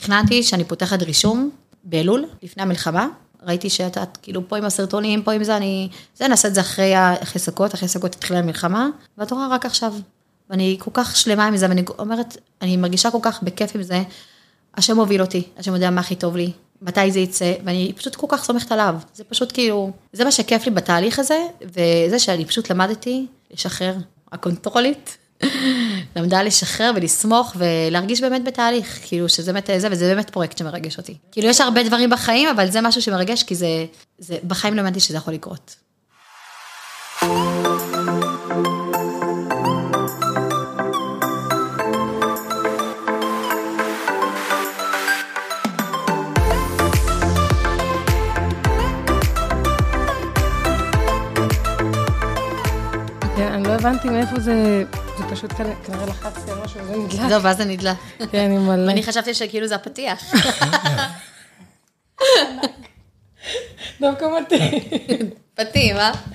תכננתי שאני פותחת רישום באלול, לפני המלחמה, ראיתי שאתה כאילו פה עם הסרטונים, פה עם זה, נעשה את זה אחרי סוכות, אחרי סוכות התחילה המלחמה, ואת רואה רק עכשיו, ואני כל כך שלמה עם זה, ואני אומרת, אני מרגישה כל כך בכיף עם זה, השם מוביל אותי, השם יודע מה הכי טוב לי, מתי זה יצא, ואני פשוט כל כך סומכת עליו, זה פשוט כאילו, זה מה שכיף לי בתהליך הזה, וזה שאני פשוט למדתי לשחרר, הקונטרולית, למדה לשחרר ולסמוך ולהרגיש באמת בתהליך, כאילו שזה באמת זה, וזה באמת פרויקט שמרגש אותי. כאילו יש הרבה דברים בחיים, אבל זה משהו שמרגש, כי זה בחיים לא האמנתי שזה יכול לקרות. אני לא הבנתי מאיפה זה פשוט כנראה לחצתי על משהו, זה נדלה. זהו, ואז זה נדלה. כן, אני מלא. ואני חשבתי שכאילו זה הפתיח. דווקא מתאים. פתאים,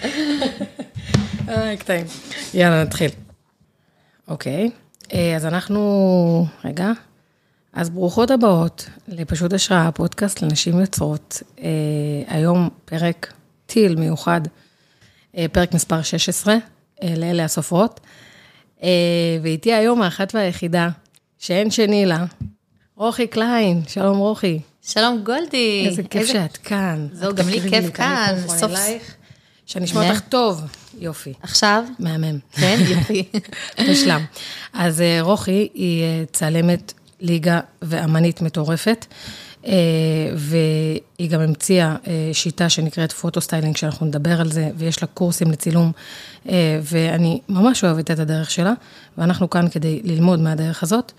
קטעים. יאללה, נתחיל. אוקיי, אז אנחנו, רגע, אז ברוכות הבאות לפשוט השראה, פודקאסט לנשים יוצרות. היום פרק טיל מיוחד, פרק מספר 16, לאלה הסופרות. ואיתי היום האחת והיחידה, שאין שני לה, רוחי קליין, שלום רוחי. שלום גולדי. איזה כיף שאת כאן. זהו, גם לי כיף כאן. סוף. שאני אשמע אותך טוב, יופי. עכשיו? מהמם. כן, יופי. בשלם. אז רוחי היא צלמת ליגה ואמנית מטורפת, והיא גם המציאה שיטה שנקראת פוטוסטיילינג, שאנחנו נדבר על זה, ויש לה קורסים לצילום, ואני ממש אוהבת את הדרך שלה, ואנחנו כאן כדי ללמוד מהדרך הזאת,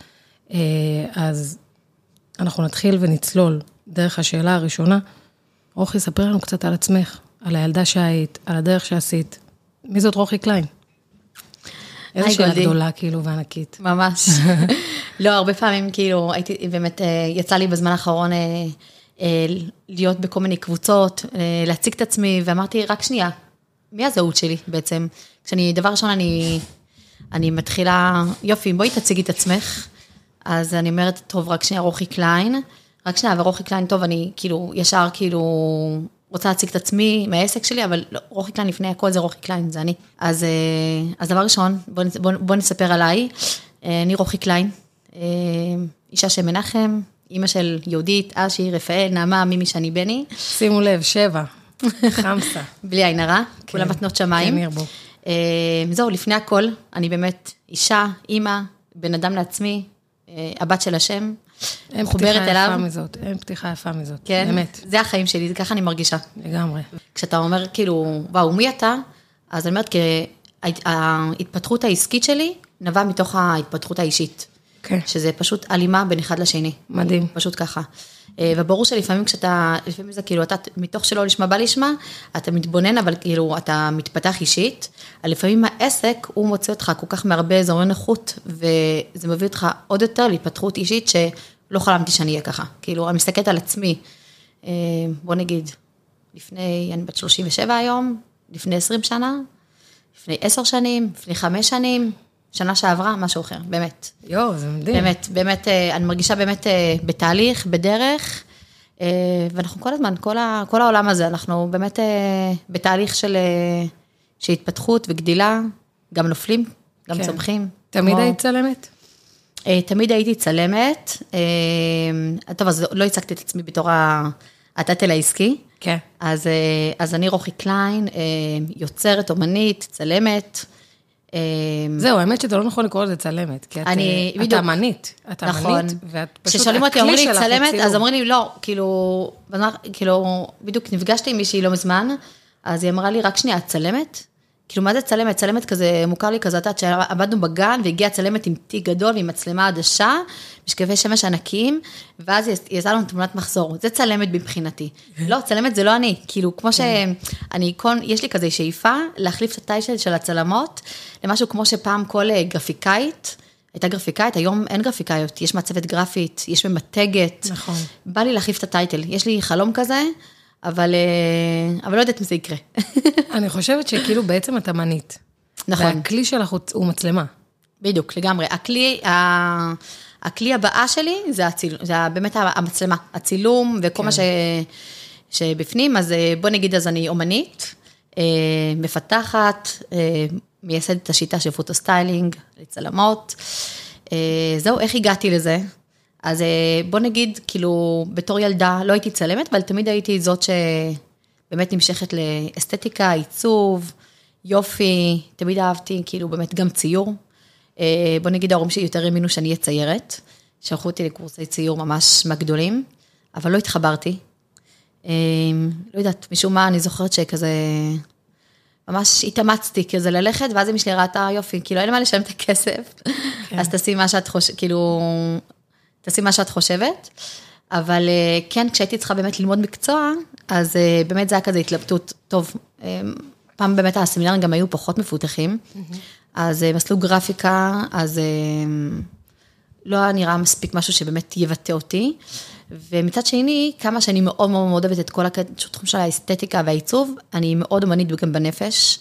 אז אנחנו נתחיל ונצלול דרך השאלה הראשונה. רוחי, ספר לנו קצת על עצמך, על הילדה שהיית, על הדרך שעשית. מי זאת רוחי קליין? איזה שאלה גדולה כאילו וענקית. ממש. לא, הרבה פעמים כאילו, הייתי באמת, יצא לי בזמן האחרון להיות בכל מיני קבוצות, להציג את עצמי, ואמרתי, רק שנייה, מי הזהות שלי בעצם? דבר ראשון אני מתחילה, יופי, בואי תציגי את עצמך, אז אני אומרת, טוב, רק שנייה, רוחי קליין, רק שנייה, ורוחי קליין, טוב, אני כאילו, ישר כאילו, רוצה להציג את עצמי מהעסק שלי, אבל לא, רוחי קליין לפני הכל זה רוחי קליין, זה אני. אז דבר ראשון, בוא נספר עליי, אני רוחי קליין, אישה של מנחם, אמא של יהודית, אשי, רפאל, נעמה, מימי שאני בני. שימו לב, 7, חמסה. בלי עין הרע, כולם מתנות שמיים. כן, ירבו. זהו, לפני הכל, אני באמת אישה, אמא, בן אדם לעצמי, הבת של השם, מחוברת אליו. אין פתיחה יפה מזאת, כן, באמת. זה החיים שלי, זה ככה אני מרגישה. לגמרי. כשאתה אומר כאילו, וואו, מי אתה? אז אני אומרת, ההתפתחות העסקית שלי נבעה מתוך ההתפתחות האישית. כן. שזה פשוט אלימה בין אחד לשני. מדהים. פשוט ככה. וברור שלפעמים לפעמים זה כאילו, אתה מתוך שלא לשמה בא לשמה, אתה מתבונן, אבל כאילו, אתה מתפתח אישית, לפעמים העסק, הוא מוצא אותך כל כך מהרבה אזורי נוחות, וזה מביא אותך עוד יותר להתפתחות אישית, שלא חלמתי שאני אהיה ככה. כאילו, אני מסתכלת על עצמי, בוא נגיד, אני בת 37 היום, לפני 20 שנה, לפני 10 שנים, לפני 5 שנים, שנה שעברה, משהו אחר, באמת. זה מדהים. באמת, באמת, אני מרגישה באמת בתהליך, בדרך, ואנחנו כל הזמן, כל העולם הזה, אנחנו באמת בתהליך של התפתחות וגדילה, גם נופלים, גם צומחים. תמיד היית צלמת? תמיד הייתי צלמת, טוב, אז לא הצגתי את עצמי בתור הטייטל העסקי, כן. אז אני רוחי קליין, יוצרת, אומנית, צלמת, זהו, האמת שזה לא נכון לקרוא לזה צלמת, כי את אמנית, נכון. ואת פשוט כששואלים אותי, אומרים לי צלמת, אז אומרים לי, לא, כאילו, בדיוק נפגשתי עם מישהי לא מזמן, אז היא אמרה לי, רק שנייה, את צלמת? כאילו, מה זה צלמת? צלמת כזה, מוכר לי כזה, שעבדנו בגן, והגיעה צלמת עם תיק גדול, ועם מצלמה עדשה, משקפי שמש ענקיים, ואז היא יצאה לנו תמונת מחזור. זה צלמת מבחינתי. לא, צלמת זה לא אני. כאילו, כמו שאני, יש לי כזה שאיפה, להחליף את הטייטל של הצלמות, למשהו כמו שפעם כל גרפיקאית, הייתה גרפיקאית, היום אין גרפיקאיות, יש מעצבת גרפית, יש ממתגת. נכון. בא לי להחליף את הטייטל. יש לי חלום כזה, אבל לא יודעת אם זה יקרה. אני חושבת שכאילו בעצם את אמנית. נכון. והכלי שלך הוא מצלמה. בדיוק, לגמרי. הכלי, הכלי הבאה שלי, זה באמת המצלמה, הצילום, וכל מה שבפנים, אז בוא נגיד, אז אני אומנית, מפתחת, מייסדת את השיטה של פוטוסטיילינג, לצלמות, זהו, איך הגעתי לזה? אז בוא נגיד, כאילו, בתור ילדה לא הייתי צלמת, אבל תמיד הייתי זאת שבאמת נמשכת לאסתטיקה, עיצוב, יופי, תמיד אהבתי, כאילו, באמת גם ציור. בוא נגיד, ההורים שלי יותר האמינו שאני אהיה ציירת, שלחו אותי לקורסי ציור ממש מהגדולים, אבל לא התחברתי. לא יודעת, משום מה אני זוכרת שכזה, ממש התאמצתי כזה ללכת, ואז אמא שלי ראתה יופי, כאילו אין מה לשלם את הכסף, אז תעשי מה שאת חושבת, כאילו, תעשי מה שאת חושבת, אבל כן, כשהייתי צריכה באמת ללמוד מקצוע, אז באמת זה היה כזה התלבטות, טוב, פעם באמת הסמינרים גם היו פחות מפותחים, אז מסלול גרפיקה, אז לא נראה מספיק משהו שבאמת יבטא אותי, ומצד שני, כמה שאני מאוד מאוד מאוד אוהבת את כל התחום של האסתטיקה והעיצוב, אני מאוד אומנית גם בנפש,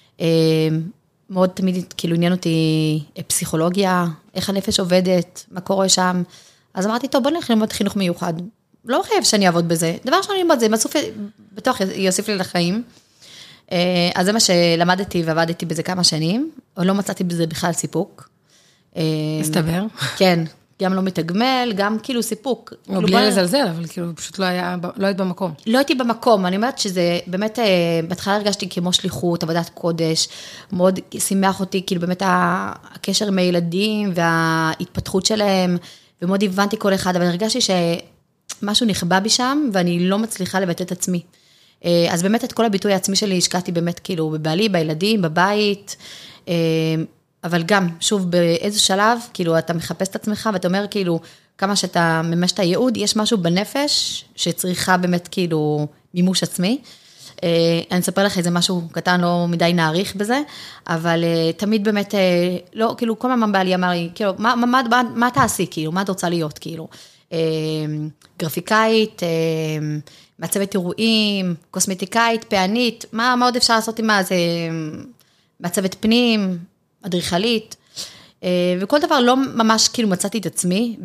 מאוד תמיד כאילו עניין אותי פסיכולוגיה, איך הנפש עובדת, מה קורה שם, אז אמרתי, טוב, בוא נלך ללמוד חינוך מיוחד, לא חייב שאני אעבוד בזה, דבר שאני ללמוד זה, בסוף בטוח יוסיף לי לחיים, אז זה מה שלמדתי ועבדתי בזה כמה שנים, או לא מצאתי בזה בכלל סיפוק. מסתבר. כן, גם לא מתגמל, גם כאילו סיפוק. בלי לזלזל, אבל כאילו פשוט לא היית במקום. לא הייתי במקום, אני אומרת שזה באמת, בהתחלה הרגשתי כמו שליחות, עבודת קודש, מאוד שימח אותי, כאילו באמת הקשר עם הילדים וההתפתחות שלהם, ומאוד הבנתי כל אחד, אבל הרגשתי שמשהו נכבה בי שם, ואני לא מצליחה לבטא את עצמי. אז באמת את כל הביטוי העצמי שלי השקעתי באמת כאילו בבעלי, בילדים, בבית, אבל גם, שוב, באיזה שלב, כאילו אתה מחפש את עצמך, ואתה אומר כאילו, כמה שאתה ממש את הייעוד, יש משהו בנפש שצריכה באמת כאילו מימוש עצמי. אני אספר לך איזה משהו קטן, לא מדי נעריך בזה, אבל תמיד באמת, לא, כאילו כל הזמן בעלי אמר לי, כאילו, מה תעשי, כאילו, מה את רוצה להיות, כאילו, גרפיקאית, מעצבת אירועים, קוסמטיקאית, פענית, מה עוד אפשר לעשות עם מה, זה מעצבת פנים, אדריכלית, וכל דבר לא ממש כאילו מצאתי את עצמי,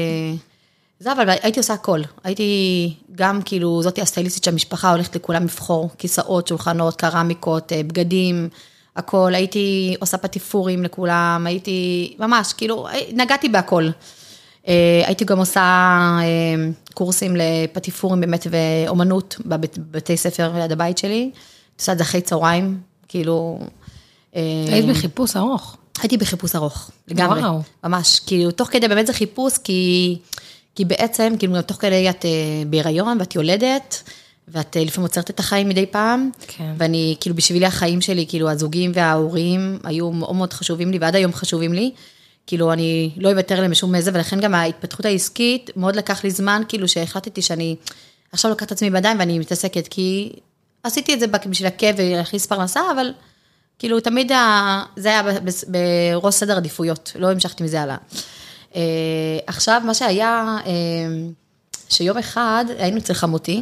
זה אבל הייתי עושה הכל, הייתי גם כאילו, זאתי הסטייליסטית שהמשפחה הולכת לכולם לבחור, כיסאות, שולחנות, קרמיקות, בגדים, הכל, הייתי עושה פטיפורים לכולם, הייתי ממש, כאילו, נגעתי בהכל. הייתי גם עושה קורסים לפטיפורים באמת ואומנות בבתי ספר ליד הבית שלי, עושה את זה אחרי צהריים, כאילו... היית בחיפוש ארוך. הייתי בחיפוש ארוך, לגמרי. וואו. ממש, כאילו, תוך כדי באמת זה חיפוש, כי בעצם, כאילו, תוך כדי את בהיריון, ואת יולדת, ואת לפעמים מוצרת את החיים מדי פעם, כן. ואני, כאילו, בשבילי החיים שלי, כאילו, הזוגים וההורים היו מאוד מאוד חשובים לי, ועד היום חשובים לי, כאילו, אני לא אוותר להם משום מזה, ולכן גם ההתפתחות העסקית, מאוד לקח לי זמן, כאילו, שהחלטתי שאני עכשיו לוקחת את עצמי בידיים, ואני מתעסקת, כי עשיתי את זה בשביל הכיף ולהכניס פרנסה, אבל כאילו, תמיד זה היה בראש סדר עדיפויות, לא המשכתי מזה הלאה. עכשיו, מה שהיה, שיום אחד היינו אצל חמותי,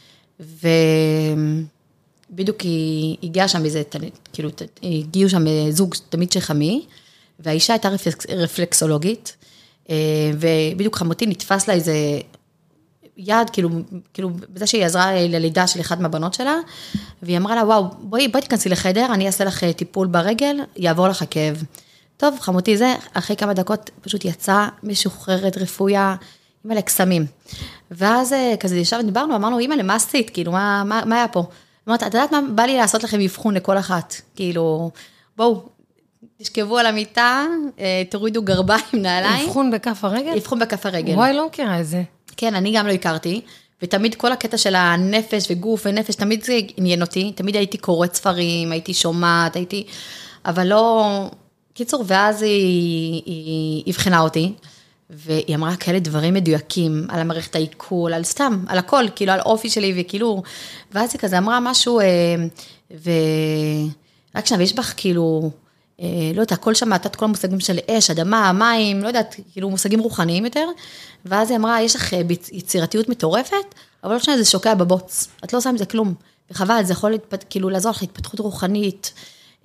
ובדיוק היא הגיעה שם איזה, כאילו, הגיעו שם זוג תמיד שחמי, והאישה הייתה רפלקסולוגית, ובדיוק חמותי נתפס לה איזה יד, כאילו, בזה שהיא עזרה ללידה של אחד מהבנות שלה, והיא אמרה לה, וואו, בואי תכנסי לחדר, אני אעשה לך טיפול ברגל, יעבור לך הכאב. טוב, חמותי זה, אחרי כמה דקות פשוט יצאה משוחררת רפויה, עם אלכסמים. ואז כזה ישב ודיברנו, אמרנו, אמא, למה עשית? כאילו, מה היה פה? אמרת, את יודעת מה? בא לי לעשות לכם מבחון לכל אחת. כאילו, בואו, תשכבו על המיטה, תורידו גרביים, נעליים. מבחון בכף הרגל? מבחון בכף הרגל. וואי, לא מכירה את זה. כן, אני גם לא הכרתי, ותמיד כל הקטע של הנפש וגוף ונפש, תמיד זה עניין אותי, תמיד הייתי קוראת ספרים, הייתי שומעת, אבל לא, קיצור, ואז היא הבחנה אותי, והיא אמרה כאלה דברים מדויקים, על המערכת העיכול, על סתם, על הכל, כאילו על אופי שלי, וכאילו, ואז היא כזה אמרה משהו, רק שנה, ויש בך כאילו, לא יודעת, הכל שמעת את כל המושגים של אש, אדמה, מים, לא יודעת, כאילו מושגים רוחניים יותר, ואז היא אמרה, יש לך יצירתיות מטורפת, אבל לא שנה, זה שוקע בבוץ, את לא עושה עם זה כלום, וחבל, זה יכול כאילו לעזור לך התפתחות רוחנית,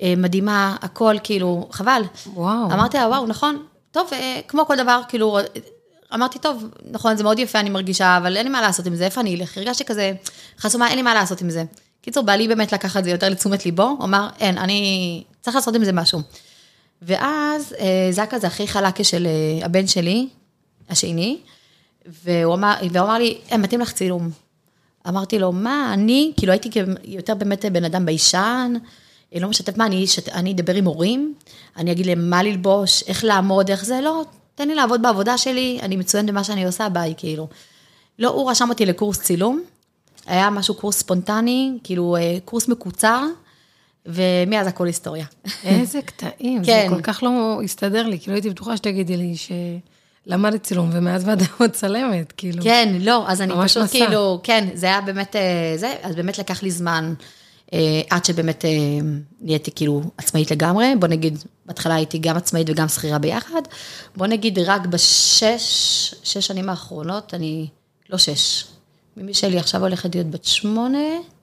מדהימה, הכל כאילו, חבל. וואו. אמרתי לה, וואו, נכון, טוב, כמו כל דבר, כאילו, אמרתי, טוב, נכון, זה מאוד יפה, אני מרגישה, אבל אין לי מה לעשות עם זה, איפה אני אלך? הרגשתי כזה, חסומה, אין לי מה לעשות עם זה. קיצור, בעלי באמת לקח את זה יותר לתשומת ליבו, הוא אמר, אין, אני צריך לעשות עם זה משהו. ואז זה היה כזה הכי חלקה של הבן שלי, השני, והוא אמר לי, מתאים לך צילום. אמרתי לו, מה, כאילו הייתי יותר באמת בן אדם ביישן, לא משתף מה, אני אדבר עם הורים, אני אגיד להם מה ללבוש, איך לעמוד, איך זה, לא, תן לי לעבוד בעבודה שלי, אני מצוין במה שאני עושה, ביי, כאילו. לא, הוא רשם אותי לקורס צילום, היה משהו קורס ספונטני, כאילו קורס מקוצר, ומאז הכל היסטוריה. איזה קטעים, זה כל כך לא הסתדר לי, כאילו הייתי בטוחה שתגידי לי שלמדת צילום, ומאז ועדה עוד צלמת, כאילו. כן, לא, אז אני פשוט כאילו, כן, זה היה באמת, אז באמת לקח לי זמן, עד שבאמת נהייתי כאילו עצמאית לגמרי, בוא נגיד, בהתחלה הייתי גם עצמאית וגם שכירה ביחד, בוא נגיד רק שש שנים האחרונות, אני, לא 6, ממי שלי עכשיו הולכת להיות בת 8,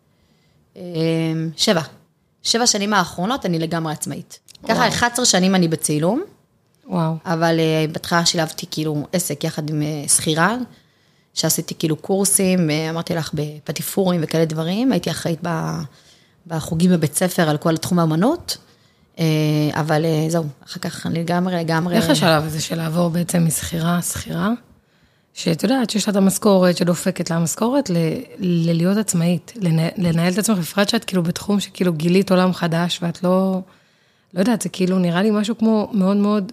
7 שנים האחרונות אני לגמרי עצמאית. ככה 11 שנים אני בצילום, וואו. אבל בהתחלה שילבתי כאילו עסק יחד עם שכירה, שעשיתי כאילו קורסים, אמרתי לך בפטיפורים וכאלה דברים, הייתי אחראית בחוגים בבית ספר על כל תחום האמנות, אבל זהו, אחר כך אני לגמרי. איך השלב הזה של לעבור בעצם משכירה, שאת יודעת שיש לה את המשכורת, שדופקת לה המשכורת, להיות עצמאית, לנהל את עצמך, בפרט שאת כאילו בתחום שכאילו גילית עולם חדש, ואת לא יודעת, זה כאילו נראה לי משהו כמו מאוד מאוד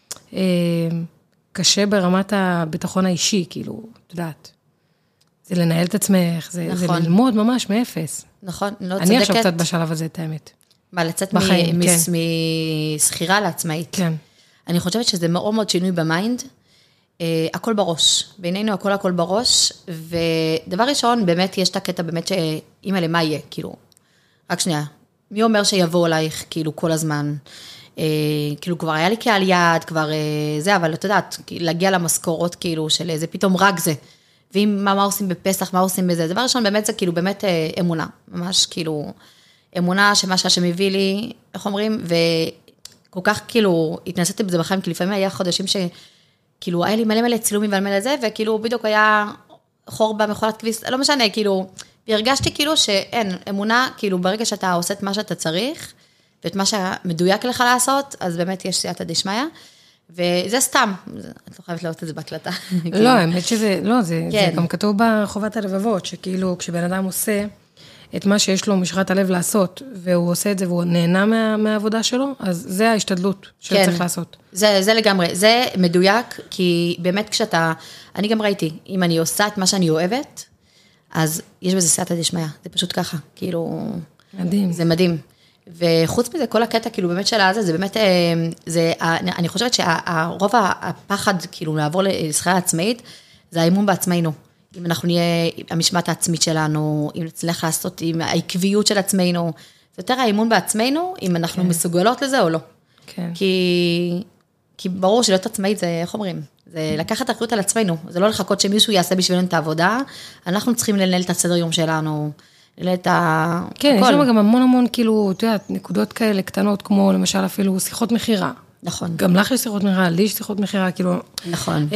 קשה ברמת הביטחון האישי, כאילו, את יודעת. זה לנהל את עצמך, זה ללמוד ממש מאפס. נכון, לא צודקת. אני עכשיו קצת בשלב הזה, את האמת. מה, לצאת מסחירה לעצמאית? כן. אני חושבת שזה מאוד מאוד שינוי במיינד, הכל בראש, בינינו הכל בראש, ודבר ראשון, באמת יש את הקטע באמת שאימא למה יהיה, כאילו, רק שנייה, מי אומר שיבוא עלייך, כאילו, כל הזמן, כאילו, כבר היה לי קהל יעד, כבר זה, אבל את יודעת, להגיע למשכורות, כאילו, של זה פתאום רק זה, ואם מה עושים בפסח, מה עושים בזה, דבר ראשון, באמת זה כאילו, באמת אמונה, ממש כאילו, אמונה שמה שמביא לי, איך אומרים, וכל כך כאילו, התנסיתי בזה בחיים, כי לפעמים היה חודשים כאילו, היה לי מלא צילומים ועל מלא זה, וכאילו, בדיוק היה חור במכולת כביס, לא משנה, כאילו, והרגשתי כאילו שאין, אמונה, כאילו, ברגע שאתה עושה את מה שאתה צריך, ואת מה שמדויק לך לעשות, אז באמת יש סייעתא דשמיא, וזה סתם, את לא חייבת לראות את זה בהקלטה. לא, האמת שזה, לא, זה גם כתוב בחובת הלבבות, שכאילו, כשבן אדם עושה את מה שיש לו משרת הלב לעשות, והוא עושה את זה, והוא נהנה מהעבודה שלו, אז זה ההשתדלות שצריך לעשות. זה לגמרי, זה מדויק, כי באמת כשאתה, אני גם ראיתי, אם אני עושה את מה שאני אוהבת, אז יש בזה סייעתא דשמיא, זה פשוט ככה, כאילו, מדהים. זה מדהים. וחוץ מזה, כל הקטע, כאילו, באמת של הזה, זה באמת, אני חושבת שהרוב הפחד, כאילו, לעבור לשכירה עצמאית, זה האמון בעצמנו. אם אנחנו נהיה המשמעת העצמית שלנו, אם נצליח לעשות עם העקביות של עצמנו, זה יותר האמון בעצמנו, אם אנחנו מסוגלות לזה או לא. כן. כי ברור שלהיות עצמאית זה, איך אומרים? זה לקחת אחריות על עצמנו, זה לא לחכות שמישהו יעשה בשבילנו את העבודה, אנחנו צריכים לנהל את הסדר יום שלנו, לנהל את כן, יש לנו גם המון כאילו, אתה יודעת, נקודות כאלה קטנות, כמו למשל אפילו שיחות מחירה. נכון. גם לך יש שיחות מחירה, לי יש שיחות מחירה, כאילו... נכון.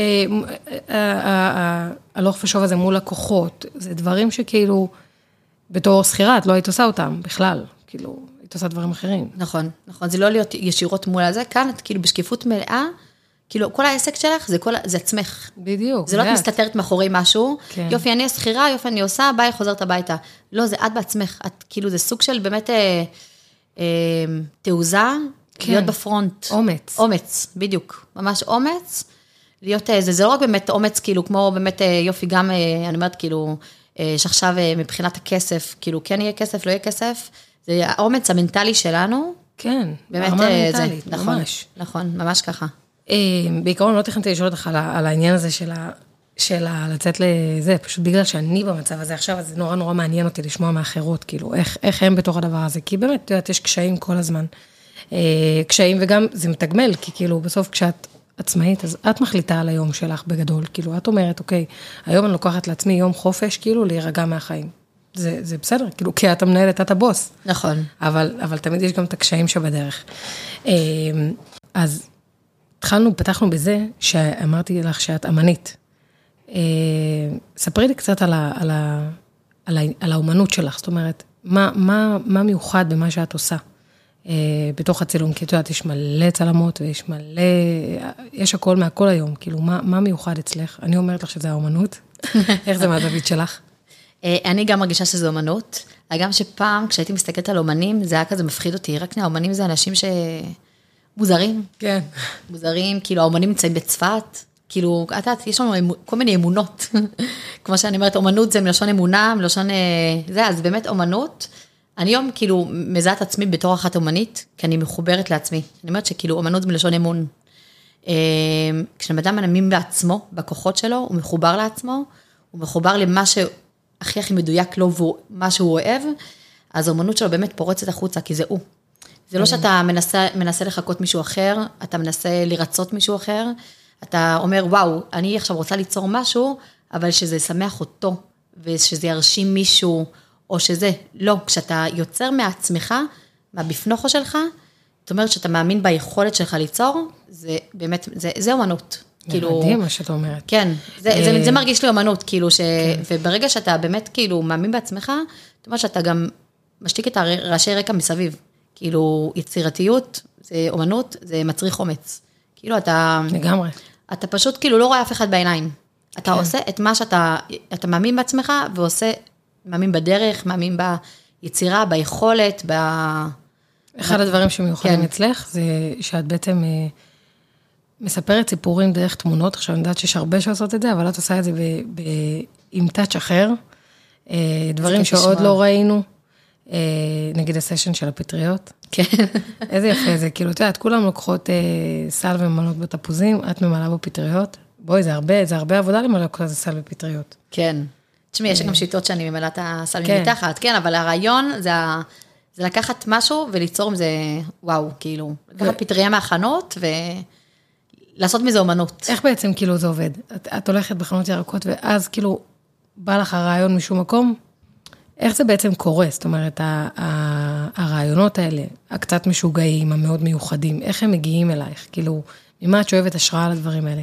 הלוך ושוב הזה מול לקוחות, זה דברים שכאילו, בתור שכירה, את לא היית עושה אותם בכלל, כאילו, היית עושה דברים אחרים. נכון. זה לא להיות ישירות מול הזה, כאן את כאילו בשקיפות מלאה, כאילו, כל העסק שלך זה עצמך. בדיוק. זה לא את מסתתרת מאחורי משהו, כן. יופי, אני שכירה, יופי, אני עושה, ביי, חוזרת הביתה. לא, זה את בעצמך, את כאילו, זה סוג של באמת תעוזה, כן. להיות בפרונט. אומץ, בדיוק. ממש אומץ. להיות, זה לא רק באמת אומץ, כאילו, כמו באמת יופי, גם, אני אומרת, כאילו, שעכשיו מבחינת הכסף, כאילו, כן יהיה כסף, לא יהיה כסף, זה האומץ המנטלי שלנו. כן, באמת זה, נכון, ממש ככה. בעיקרון לא תכנתי לשאול אותך על העניין הזה של לצאת לזה, פשוט בגלל שאני במצב הזה עכשיו, אז זה נורא מעניין אותי לשמוע מאחרות, כאילו, איך הם בתוך הדבר הזה, כי באמת, את יודעת, יש קשיים כל הזמן. קשיים וגם זה מתגמל, כי כאילו בסוף כשאת עצמאית, אז את מחליטה על היום שלך בגדול, כאילו את אומרת, אוקיי, היום אני לוקחת לעצמי יום חופש, כאילו להירגע מהחיים. זה בסדר, כאילו, כי אתה מנהלת, אתה בוס. נכון. אבל תמיד יש גם את הקשיים שבדרך. אז פתחנו בזה שאמרתי לך שאת אמנית. ספרי לי קצת על האומנות שלך, זאת אומרת, מה מיוחד במה שאת עושה בתוך הצילום? כי את יודעת, יש מלא צלמות ויש מלא, יש הכל מהכל היום, כאילו, מה מיוחד אצלך? אני אומרת לך שזה האומנות. איך זה מהזווית שלך? אני גם מרגישה שזה אומנות, גם שפעם כשהייתי מסתכלת על אומנים, זה היה כזה מפחיד אותי, רק האומנים זה אנשים מוזרים. כן. מוזרים, כאילו האומנים נמצאים בצפת, כאילו, את יודעת, יש לנו כל מיני אמונות, כמו שאני אומרת, אומנות זה מלשון אמונה, מלשון זה, אז באמת אומנות, אני היום כאילו מזהה את עצמי בתור אחת אומנית, כי אני מחוברת לעצמי, אני אומרת שכאילו אומנות זה מלשון אמון, כשאדם מאמין בעצמו, בכוחות שלו, הוא מחובר לעצמו, הוא מחובר למה שהכי הכי מדויק לו, ומה שהוא אוהב, אז האומנות שלו באמת פורצת החוצה, כי זה הוא. זה לא שאתה מנסה לחכות מישהו אחר, אתה מנסה לרצות מישהו אחר, אתה אומר, וואו, אני עכשיו רוצה ליצור משהו, אבל שזה ישמח אותו, ושזה ירשים מישהו, או שזה, לא, כשאתה יוצר מעצמך, מהבפנוכו שלך, זאת אומרת שאתה מאמין ביכולת שלך ליצור, זה באמת, זה אומנות. מדהים מה שאת אומרת. כן, זה מרגיש לי אומנות, כאילו, וברגע שאתה באמת כאילו מאמין בעצמך, זאת אומרת שאתה גם משתיק את הרעשי רקע מסביב. כאילו, יצירתיות, זה אומנות, זה מצריך אומץ. כאילו, לגמרי. אתה פשוט כאילו לא רואה אף אחד בעיניים. אתה עושה את מה אתה מאמין בעצמך, ועושה, מאמין בדרך, מאמין ביצירה, ביכולת, אחד הדברים שמיוחדים אצלך, זה שאת בעצם מספרת סיפורים דרך תמונות, עכשיו אני יודעת שיש הרבה שעושות את זה, אבל את עושה את זה עם טאץ' אחר, דברים שעוד לא ראינו, נגיד הסשן של הפטריות. כן. איזה יפה זה, כאילו, את יודעת, כולם לוקחות סל וממלאות בתפוזים, את ממלאה בפטריות, בואי, זה הרבה עבודה למלא כזה סל בפטריות. כן. תשמעי, יש גם שיטות שאני ממלאה את הסל מתחת, כן, אבל הרעיון זה לקחת משהו וליצור עם זה, וואו, כאילו, לקחת פטריה מהחנות ולעשות מזה אומנות. איך בעצם כאילו זה עובד? את הולכת בחנות ירקות ואז כאילו בא לך הרעיון משום מקום? איך זה בעצם קורה? זאת אומרת, הרעיונות האלה, הקצת משוגעים, המאוד מיוחדים, איך הם מגיעים אלייך? כאילו, ממה את שואבת השראה על הדברים האלה?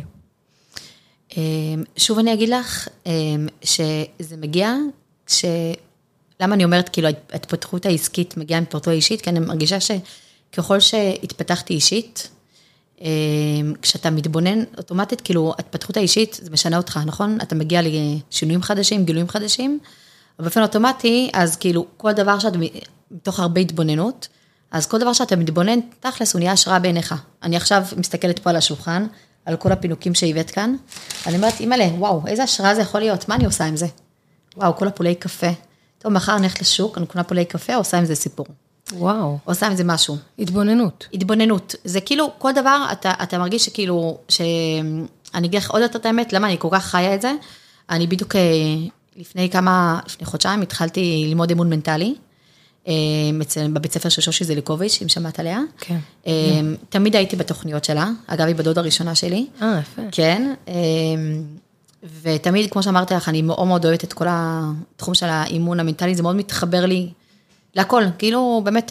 שוב אני אגיד לך, שזה מגיע, למה אני אומרת, כאילו, ההתפתחות העסקית מגיעה מפורטו אישית, כי אני מרגישה שככל שהתפתחתי אישית, כשאתה מתבונן אוטומטית, כאילו, ההתפתחות האישית, זה משנה אותך, נכון? אתה מגיע לשינויים חדשים, גילויים חדשים, ובאופן אוטומטי, אז כאילו, כל דבר שאתה, מתוך הרבה התבוננות, אז כל דבר שאתה מתבונן, תכלס, הוא נהיה השראה בעיניך. אני עכשיו מסתכלת פה על השולחן, על כל הפינוקים שהבאת כאן, אני אומרת, אימא'לה, וואו, איזה השראה זה יכול להיות, מה אני עושה עם זה? וואו, כל הפולי קפה. טוב, מחר אני הולכת לשוק, אני קונה פולי קפה, עושה עם זה סיפור. וואו. עושה עם זה משהו. התבוננות. התבוננות. זה כאילו, כל דבר, אתה מרגיש שכאילו, אני אגיד לך עוד יותר את האמת, למה אני כל כך חיה את זה? אני בדיוק לפני חודשיים, התחלתי ללמוד אמון מנטלי, בבית ספר של שושי זליקוביץ', אם שמעת עליה. כן. תמיד הייתי בתוכניות שלה, אגב, היא בדודה הראשונה שלי. יפה. כן. ותמיד, כמו שאמרתי לך, אני מאוד מאוד אוהבת את כל התחום של האימון המנטלי, זה מאוד מתחבר לי להכל, כאילו באמת,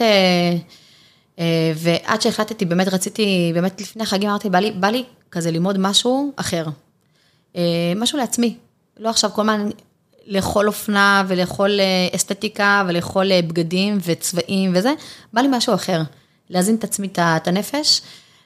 ועד שהחלטתי, באמת רציתי, באמת לפני חגים אמרתי, בא לי כזה ללמוד משהו אחר, משהו לעצמי, לא עכשיו כל הזמן לאכול אופנה ולאכול אסתטיקה ולאכול בגדים וצבעים וזה, בא לי משהו אחר, להזין את עצמי את הנפש,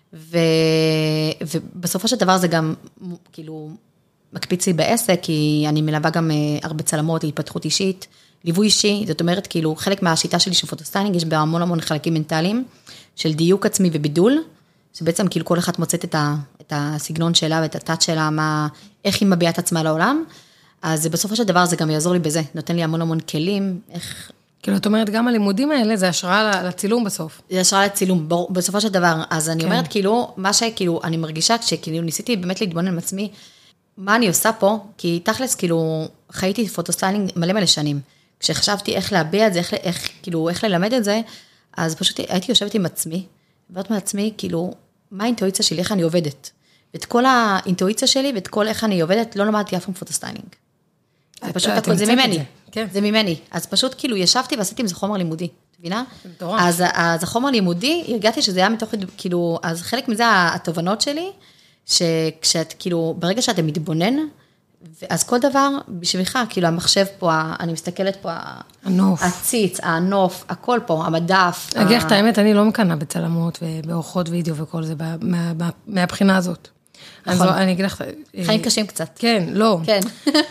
ובסופו של דבר זה גם כאילו מקפיץ לי בעסק, כי אני מלווה גם הרבה צלמות להתפתחות אישית, ליווי אישי, זאת אומרת כאילו חלק מהשיטה שלי של פוטוסטיילינג, יש בה המון חלקים מנטליים, של דיוק עצמי ובידול, שבעצם כאילו כל אחת מוצאת את הסגנון שלה ואת הטאץ' שלה, איך היא מביאה את עצמה לעולם, אז בסופו של דבר זה גם יעזור לי בזה, נותן לי המון כלים, איך... כאילו, את אומרת, גם הלימודים האלה, זה השראה לצילום בסוף. זה השראה לצילום, בסופו של דבר, אז אני אומרת, כאילו, מה שכאילו, אני מרגישה, כשכאילו ניסיתי באמת להתבונן עם עצמי, מה אני עושה פה, כי תכלס, כאילו, חייתי פוטוסטיילינג מלא שנים, כשחשבתי איך להביע את זה, איך ללמד את זה, אז פשוט הייתי יושבת עם עצמי, ועוד מעצמי, כאילו, מה האינטואיציה שלי, איך אני עובדת, ואת כל האינטואיציה שלי, ואת כל איך אני עובדת, לא למדתי אף פעם פוטוסטיילינג. זה פשוט, זה ממני, זה ממני. אז פשוט כאילו ישבתי ועשיתי עם זה חומר לימודי. מבינה? מטורף. אז החומר לימודי, הרגעתי שזה היה מתוך, כאילו, אז חלק מזה התובנות שלי, שכשאת, כאילו, ברגע שאתה מתבונן, אז כל דבר בשבילך, כאילו המחשב פה, אני מסתכלת פה, הנוף. הציץ, הנוף, הכל פה, המדף. אגיד לך את האמת, אני לא מקנה בצלמות ובאורחות וידאו וכל זה, מהבחינה הזאת. נכון. אני אגיד לך... חיים קשים קצת. כן, לא. כן.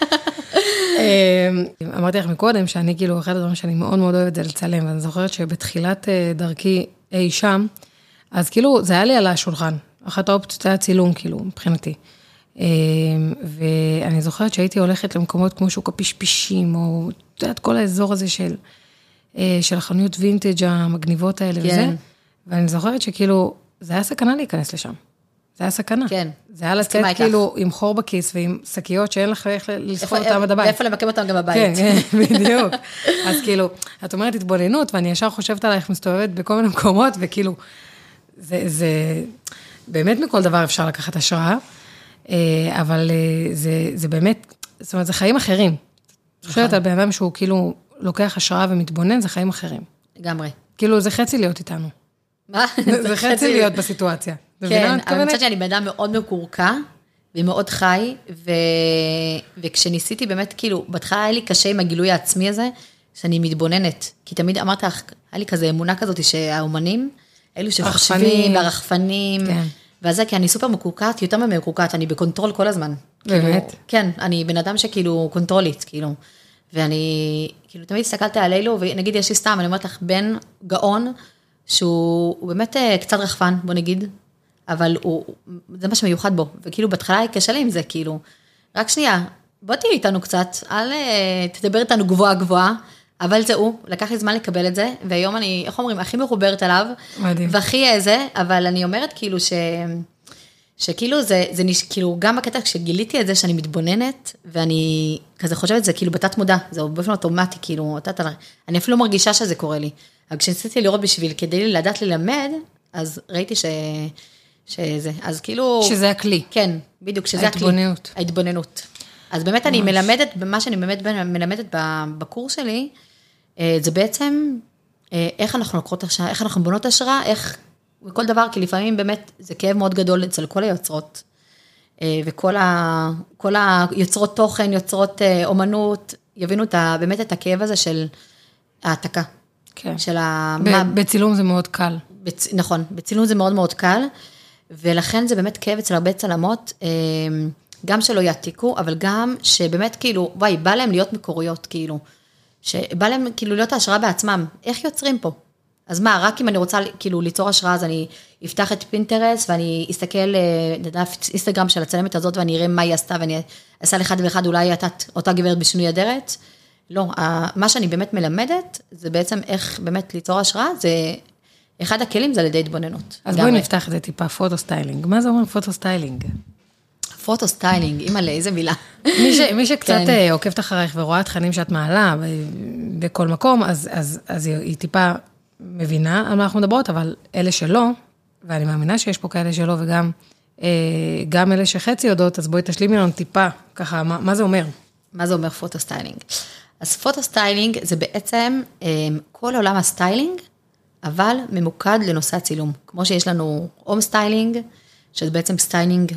אמרתי לך מקודם, שאני כאילו, אחד הדברים שאני מאוד מאוד אוהבת זה לצלם, ואני זוכרת שבתחילת דרכי אי שם, אז כאילו, זה היה לי על השולחן. אחת האופציות היה צילום, כאילו, מבחינתי. ואני זוכרת שהייתי הולכת למקומות כמו שוק הפשפישים, או את יודעת, כל האזור הזה של החנויות וינטג' המגניבות האלה וזה, ואני זוכרת שכאילו, זה היה סכנה להיכנס לשם. זה היה סכנה. כן. זה היה לצאת כאילו עם חור בכיס, ועם שקיות שאין לך איך לסחור אותם עד הבית. ואיפה למקם אותם גם בבית. כן, בדיוק. אז כאילו, את אומרת התבוננות, ואני ישר חושבת עלייך מסתובבת בכל מיני מקומות, וכאילו, זה באמת מכל דבר אפשר לקחת השראה, אבל זה באמת, זאת אומרת, זה חיים אחרים. אני חושבת על בן אדם שהוא כאילו לוקח השראה ומתבונן, זה חיים אחרים. לגמרי. כאילו, זה חצי להיות איתנו. מה? זה חצי להיות בסיטואציה. כן, אבל אני חושבת שאני בן אדם מאוד מקורקע, ומאוד חי, וכשניסיתי באמת, כאילו, בהתחלה היה לי קשה עם הגילוי העצמי הזה, שאני מתבוננת, כי תמיד אמרת לך, היה לי כזה אמונה כזאת שהאומנים, אלו שחושבים, והרחפנים, וזה, כי אני סופר מקורקעת, יותר ממקורקעת, אני בקונטרול כל הזמן. באמת? כן, אני בן אדם שכאילו קונטרולית, כאילו, ואני, כאילו, תמיד הסתכלתי על אלו, ונגיד, יש לי סתם, אני אומרת לך, בן גאון, שהוא באמת קצת רחפן, בוא נגיד, אבל זה מה שמיוחד בו, וכאילו בהתחלה קשה לי עם זה, כאילו, רק שנייה, בוא תהיי איתנו קצת, אל תדבר איתנו גבוהה גבוהה, אבל זה הוא, לקח לי זמן לקבל את זה, והיום אני, איך אומרים, הכי מחוברת עליו, מדהים. והכי איזה, אבל אני אומרת כאילו שכאילו זה כאילו גם בקטע כשגיליתי את זה שאני מתבוננת, ואני כזה חושבת זה כאילו בתת מודע, זה באופן אוטומטי, כאילו, אני אפילו לא מרגישה שזה קורה לי, אבל כשניסיתי לראות בשביל, כדי לדעת ללמד, אז ראיתי שזה, אז כאילו... שזה הכלי. כן, בדיוק, שזה הכלי. ההתבוננות. ההתבוננות. אז באמת אני מלמדת, במה שאני באמת מלמדת בקורס שלי, זה בעצם איך אנחנו לוקחות השראה, איך אנחנו בונות השראה, איך, וכל דבר, כי לפעמים באמת זה כאב מאוד גדול אצל כל היוצרות, וכל היוצרות תוכן, יוצרות אומנות, יבינו באמת את הכאב הזה של העתקה. כן. של בצילום זה מאוד קל. נכון, בצילום זה מאוד מאוד קל, ולכן זה באמת כאב אצל הרבה צלמות, גם שלא יעתיקו, אבל גם שבאמת כאילו, וואי, בא להם להיות מקוריות, כאילו, שבא להם כאילו להיות ההשראה בעצמם, איך יוצרים פה? אז מה, רק אם אני רוצה כאילו ליצור השראה, אז אני אפתח את פינטרסט, ואני אסתכל לדף אינסטגרם של הצלמת הזאת, ואני אראה מה היא עשתה, ואני אעשה לאחד ואחד, אולי אותה גברת בשינוי אדרת. לא, מה שאני באמת מלמדת, זה בעצם איך באמת ליצור השראה, זה אחד הכלים זה על ידי התבוננות. אז בואי נפתח את זה טיפה, פוטוסטיילינג. מה זה אומר פוטוסטיילינג? פוטוסטיילינג, אימא'לה, איזה מילה. מי שקצת עוקבת אחריך ורואה תכנים שאת מעלה בכל מקום, אז היא טיפה מבינה על מה אנחנו מדברות, אבל אלה שלא, ואני מאמינה שיש פה כאלה שלא, וגם אלה שחצי יודעות, אז בואי תשלימי לנו טיפה, ככה, מה זה אומר? מה זה אומר פוטוסטיילינג? אז פוטוסטיילינג זה בעצם כל עולם הסטיילינג, אבל ממוקד לנושא הצילום. כמו שיש לנו הום סטיילינג, שזה בעצם סטיילינג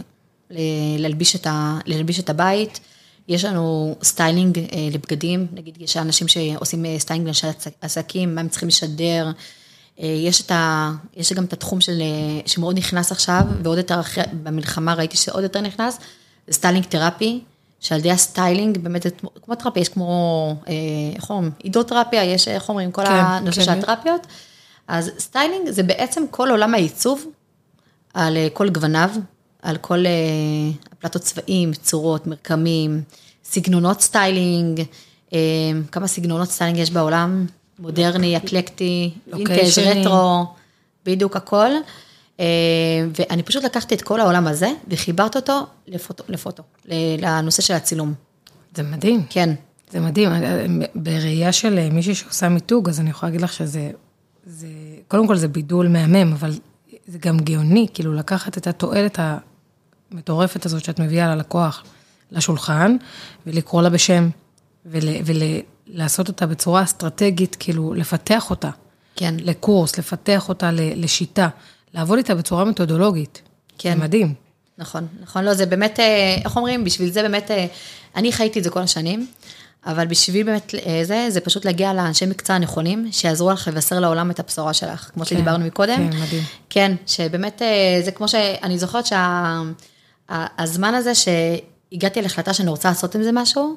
ללביש את הבית, יש לנו סטיילינג לבגדים, נגיד יש אנשים שעושים סטיילינג לעסקים, מה הם צריכים לשדר, יש גם את התחום שמאוד נכנס עכשיו, ועוד יותר במלחמה ראיתי שעוד יותר נכנס, זה סטיילינג תרפי, שעל ידי הסטיילינג, באמת כמו תרפיה, יש כמו, איך אומרים, עידותרפיה, יש, איך אומרים, כל הנושא של התרפיות, אז סטיילינג זה בעצם כל עולם העיצוב, על כל גווניו, על כל הפלטות צבעים, צורות, מרקמים, סגנונות סטיילינג, כמה סגנונות סטיילינג יש בעולם, מודרני, אקלקטי, וינטג', רטרו, בדיוק הכל, ואני פשוט לקחתי את כל העולם הזה, וחיברת אותו לפוטו, לנושא של הצילום. זה מדהים. כן. זה מדהים. בראייה של מישהי שעושה מיתוג, אז אני יכולה להגיד לך שזה, קודם כל זה בידול מהמם, אבל זה גם גאוני, כאילו לקחת את התועלת המטורפת הזאת שאת מביאה ללקוח לשולחן, ולקרוא לה בשם, ולעשות אותה בצורה אסטרטגית, כאילו לפתח אותה, כן. לקורס, לפתח אותה לשיטה, לעבוד איתה בצורה מתודולוגית. כן. זה מדהים. נכון, נכון, לא, זה באמת, איך אומרים, בשביל זה באמת, אני חייתי את זה כל השנים, אבל בשביל באמת זה פשוט להגיע לאנשי מקצוע הנכונים, שיעזרו לך לבשר לעולם את הבשורה שלך, כמו שדיברנו מקודם. כן, מדהים. כן, שבאמת, זה כמו שאני זוכרת שהזמן הזה שהגעתי להחלטה שאני רוצה לעשות עם זה משהו,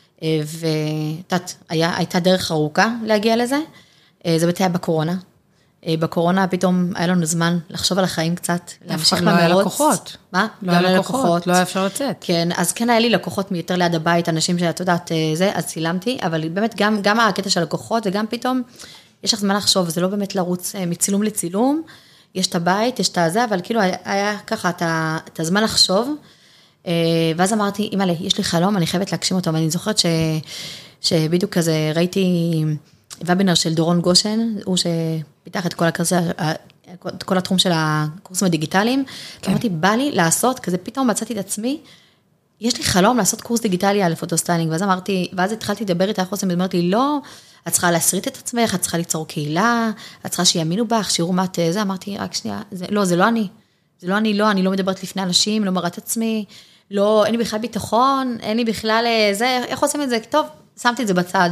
הייתה דרך ארוכה להגיע לזה, זה באמת היה בקורונה. בקורונה פתאום היה לנו זמן לחשוב על החיים קצת, להמשיך במרוץ. לא היה לקוחות. מה? לא היה לקוחות, לא היה אפשר לצאת. כן, אז כן היה לי לקוחות מיותר ליד הבית, אנשים שאת יודעת זה, אז צילמתי, אבל באמת גם הקטע של לקוחות, וגם פתאום יש לך זמן לחשוב, זה לא באמת לרוץ מצילום לצילום, יש את הבית, יש את הזה, אבל כאילו היה ככה את הזמן לחשוב, ואז אמרתי, אמא, יש לי חלום, אני חייבת להגשים אותו, ואני זוכרת שבדיוק כזה ראיתי ובינר של דורון גושן, הוא שפיתח את כל התחום של הקורסים הדיגיטליים, ואמרתי, בא לי לעשות, כזה פתאום מצאתי את עצמי, יש לי חלום לעשות קורס דיגיטלי על פוטוסטיילינג, ואז התחלתי לדבר איתה, איך אמרת לי, לא, את צריכה להסריט את עצמך, את צריכה ליצור קהילה, את צריכה שיאמינו בך, שיראו מה את זה, אמרתי, רק שנייה, לא, זה לא אני, אני לא מדברת לפני אנשים, לא מראה את עצמי, לא, אין לי בכלל ביטחון, אין לי בכלל זה, איך עושים את זה? טוב, שמתי את זה בצד.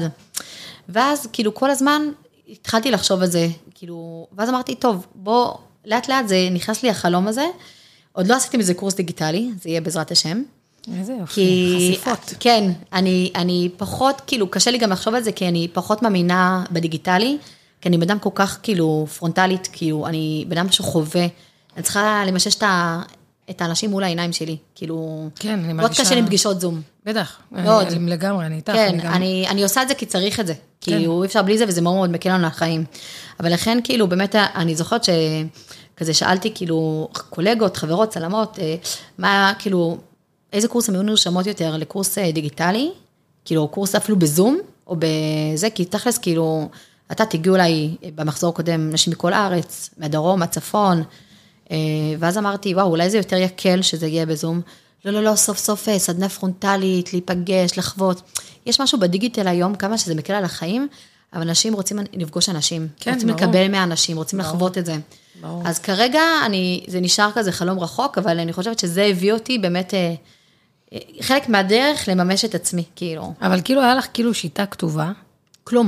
ואז כאילו כל הזמן התחלתי לחשוב על זה, כאילו, ואז אמרתי, טוב, בוא, לאט לאט זה נכנס לי החלום הזה, עוד לא עשיתי מזה קורס דיגיטלי, זה יהיה בעזרת השם. איזה יופי, חשיפות. כן, אני פחות, כאילו, קשה לי גם לחשוב על זה, כי אני פחות מאמינה בדיגיטלי, כי אני בדם כל כך, כאילו, פרונטלית, כאילו, אני בדם שחווה, אני צריכה למשש את האנשים מול העיניים שלי, כאילו, כן, אני מאוד קשה לי פגישות זום. בטח, מאוד. לגמרי, אני איתך. כן, אני עושה את זה כי צריך את זה, כאילו, אי אפשר בלי זה, וזה מאוד מאוד מקל לנו לחיים. אבל לכן, כאילו, באמת, אני זוכרת שכזה שאלתי, כאילו, קולגות, חברות, צלמות, מה, כאילו, איזה קורס הם היו נרשמות יותר לקורס דיגיטלי, כאילו, קורס אפילו בזום, או בזה, כי תכלס, כאילו, אתה תגיעו אליי במחזור קודם, נשים מכל הארץ, מהדרום, מהצפון, ואז אמרתי, וואו, אולי זה יותר יקל שזה יהיה בזום. לא, סוף סוף סדנה פרונטלית, להיפגש, לחוות. יש משהו בדיגיטל היום, כמה שזה מקל על החיים, אבל אנשים רוצים לפגוש אנשים, רוצים לקבל מהאנשים, רוצים לחוות את זה. אז כרגע זה נשאר כזה חלום רחוק, אבל אני חושבת שזה הביא אותי באמת, חלק מהדרך לממש את עצמי, כאילו. אבל כאילו היה לך כאילו שיטה כתובה? כלום.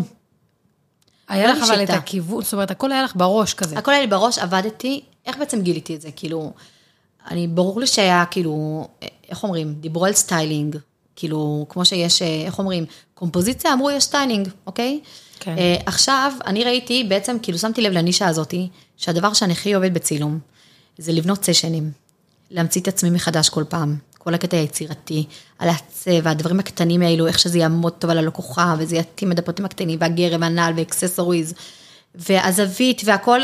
היה לך אבל את הכיוון, זאת אומרת, הכל היה לך בראש כזה. הכל היה לי בראש, עבדתי, איך בעצם גיליתי את זה? כאילו, ברור לי שהיה, כאילו, איך אומרים, דיברו על סטיילינג, כאילו, כמו שיש, איך אומרים, קומפוזיציה, אמרו יש סטיילינג, אוקיי? כן. עכשיו, אני ראיתי, בעצם, כאילו, שמתי לב לנישה הזאת, שהדבר שאני הכי עובד בצילום, זה לבנות סשנים, להמציא את עצמי מחדש כל פעם, כל הקטע היצירתי, על הצבע, הדברים הקטנים האלו, איך שזה יעמוד טוב על הלקוחה, וזה יתאים את הפרטים הקטנים, והגרם, הנעל, ואקססוריז, והזווית, והכל,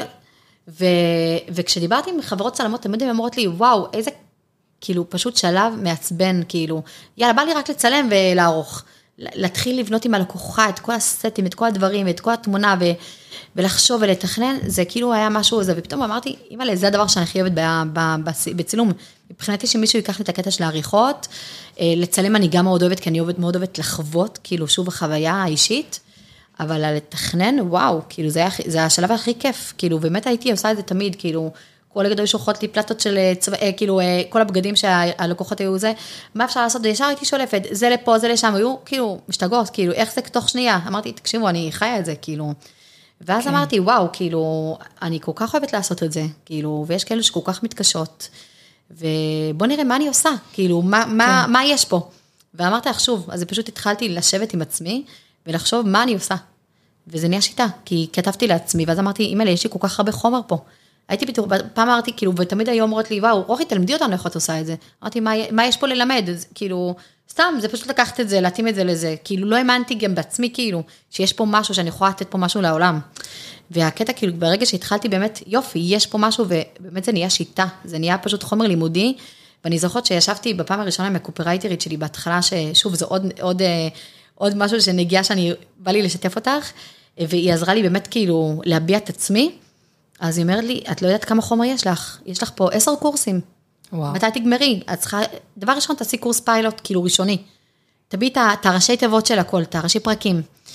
וכשדיברתי עם חברות צלמות, תמיד הן אומרות לי, וואו, איזה, כאילו, פשוט שלב מעצבן, כאילו, יאללה, בא לי רק לצלם ולערוך, להתחיל לבנות עם הלקוחה, את כל הסטים, את כל הדברים, את כל התמונה, ולחשוב ולתכנן, זה כאילו היה משהו, ופתאום אמרתי, אימא'לה, זה הדבר שאני הכי אוהבת בצילום, מבחינתי שמישהו ייקח לי את הקטע של העריכות, לצלם אני גם מאוד אוהבת, כי אני מאוד אוהבת לחוות, כאילו, שוב החוויה האישית, אבל לתכנן, וואו, כאילו, זה השלב הכי כיף, כאילו, באמת הייתי עושה את זה תמיד, כאילו, כל הגדול שולחות לי פלטות של צבע, כאילו, כל הבגדים שהלקוחות היו זה, מה אפשר לעשות? וישר הייתי שולפת, זה לפה, זה לשם, היו, כאילו, משתגעות, כאילו, איך זה תוך שנייה? אמרתי, תקשיבו, אני חיה את זה, כאילו, ואז אמרתי, וואו, כאילו, אני כל כך אוהבת לעשות את זה, כאילו, ויש כאלו שכל כך מתקשות, ובוא נראה מה אני עושה, כאילו, מה יש פה? ואמרתי לך שוב, אז פשוט התחלתי לשבת עם עצמי, ולחשוב מה אני עושה. וזה נהיה שיטה, כי כתבתי לעצמי, ואז אמרתי, אימא'לה, יש לי כל כך הרבה חומר פה. הייתי פעם אמרתי, כאילו, ותמיד היו אומרות לי, וואו, רוחי, תלמדי אותנו איך את עושה את זה. אמרתי, מה יש פה ללמד? כאילו, סתם, זה פשוט לקחת את זה, להתאים את זה לזה. כאילו, לא האמנתי גם בעצמי, כאילו, שיש פה משהו, שאני יכולה לתת פה משהו לעולם. והקטע, כאילו, ברגע שהתחלתי באמת, יופי, יש פה משהו, ובאמת זה נהיה שיטה. זה נהיה פשוט חומר לימודי, ואני זוכרת שישבתי בפעם הראשונה עם הקופרייטרית שלי בהתחלה, ששוב, זה עוד משהו שנגיע שאני בא לי לשתף אותך, והיא עזרה לי באמת כאילו להביע את עצמי, אז היא אומרת לי, את לא יודעת כמה חומר יש לך? יש לך פה 10 קורסים. וואו. מתי תגמרי? את צריכה, דבר ראשון, תעשי קורס פיילוט, כאילו ראשוני. תביאי את הראשי תיבות של הכל, את הראשי פרקים.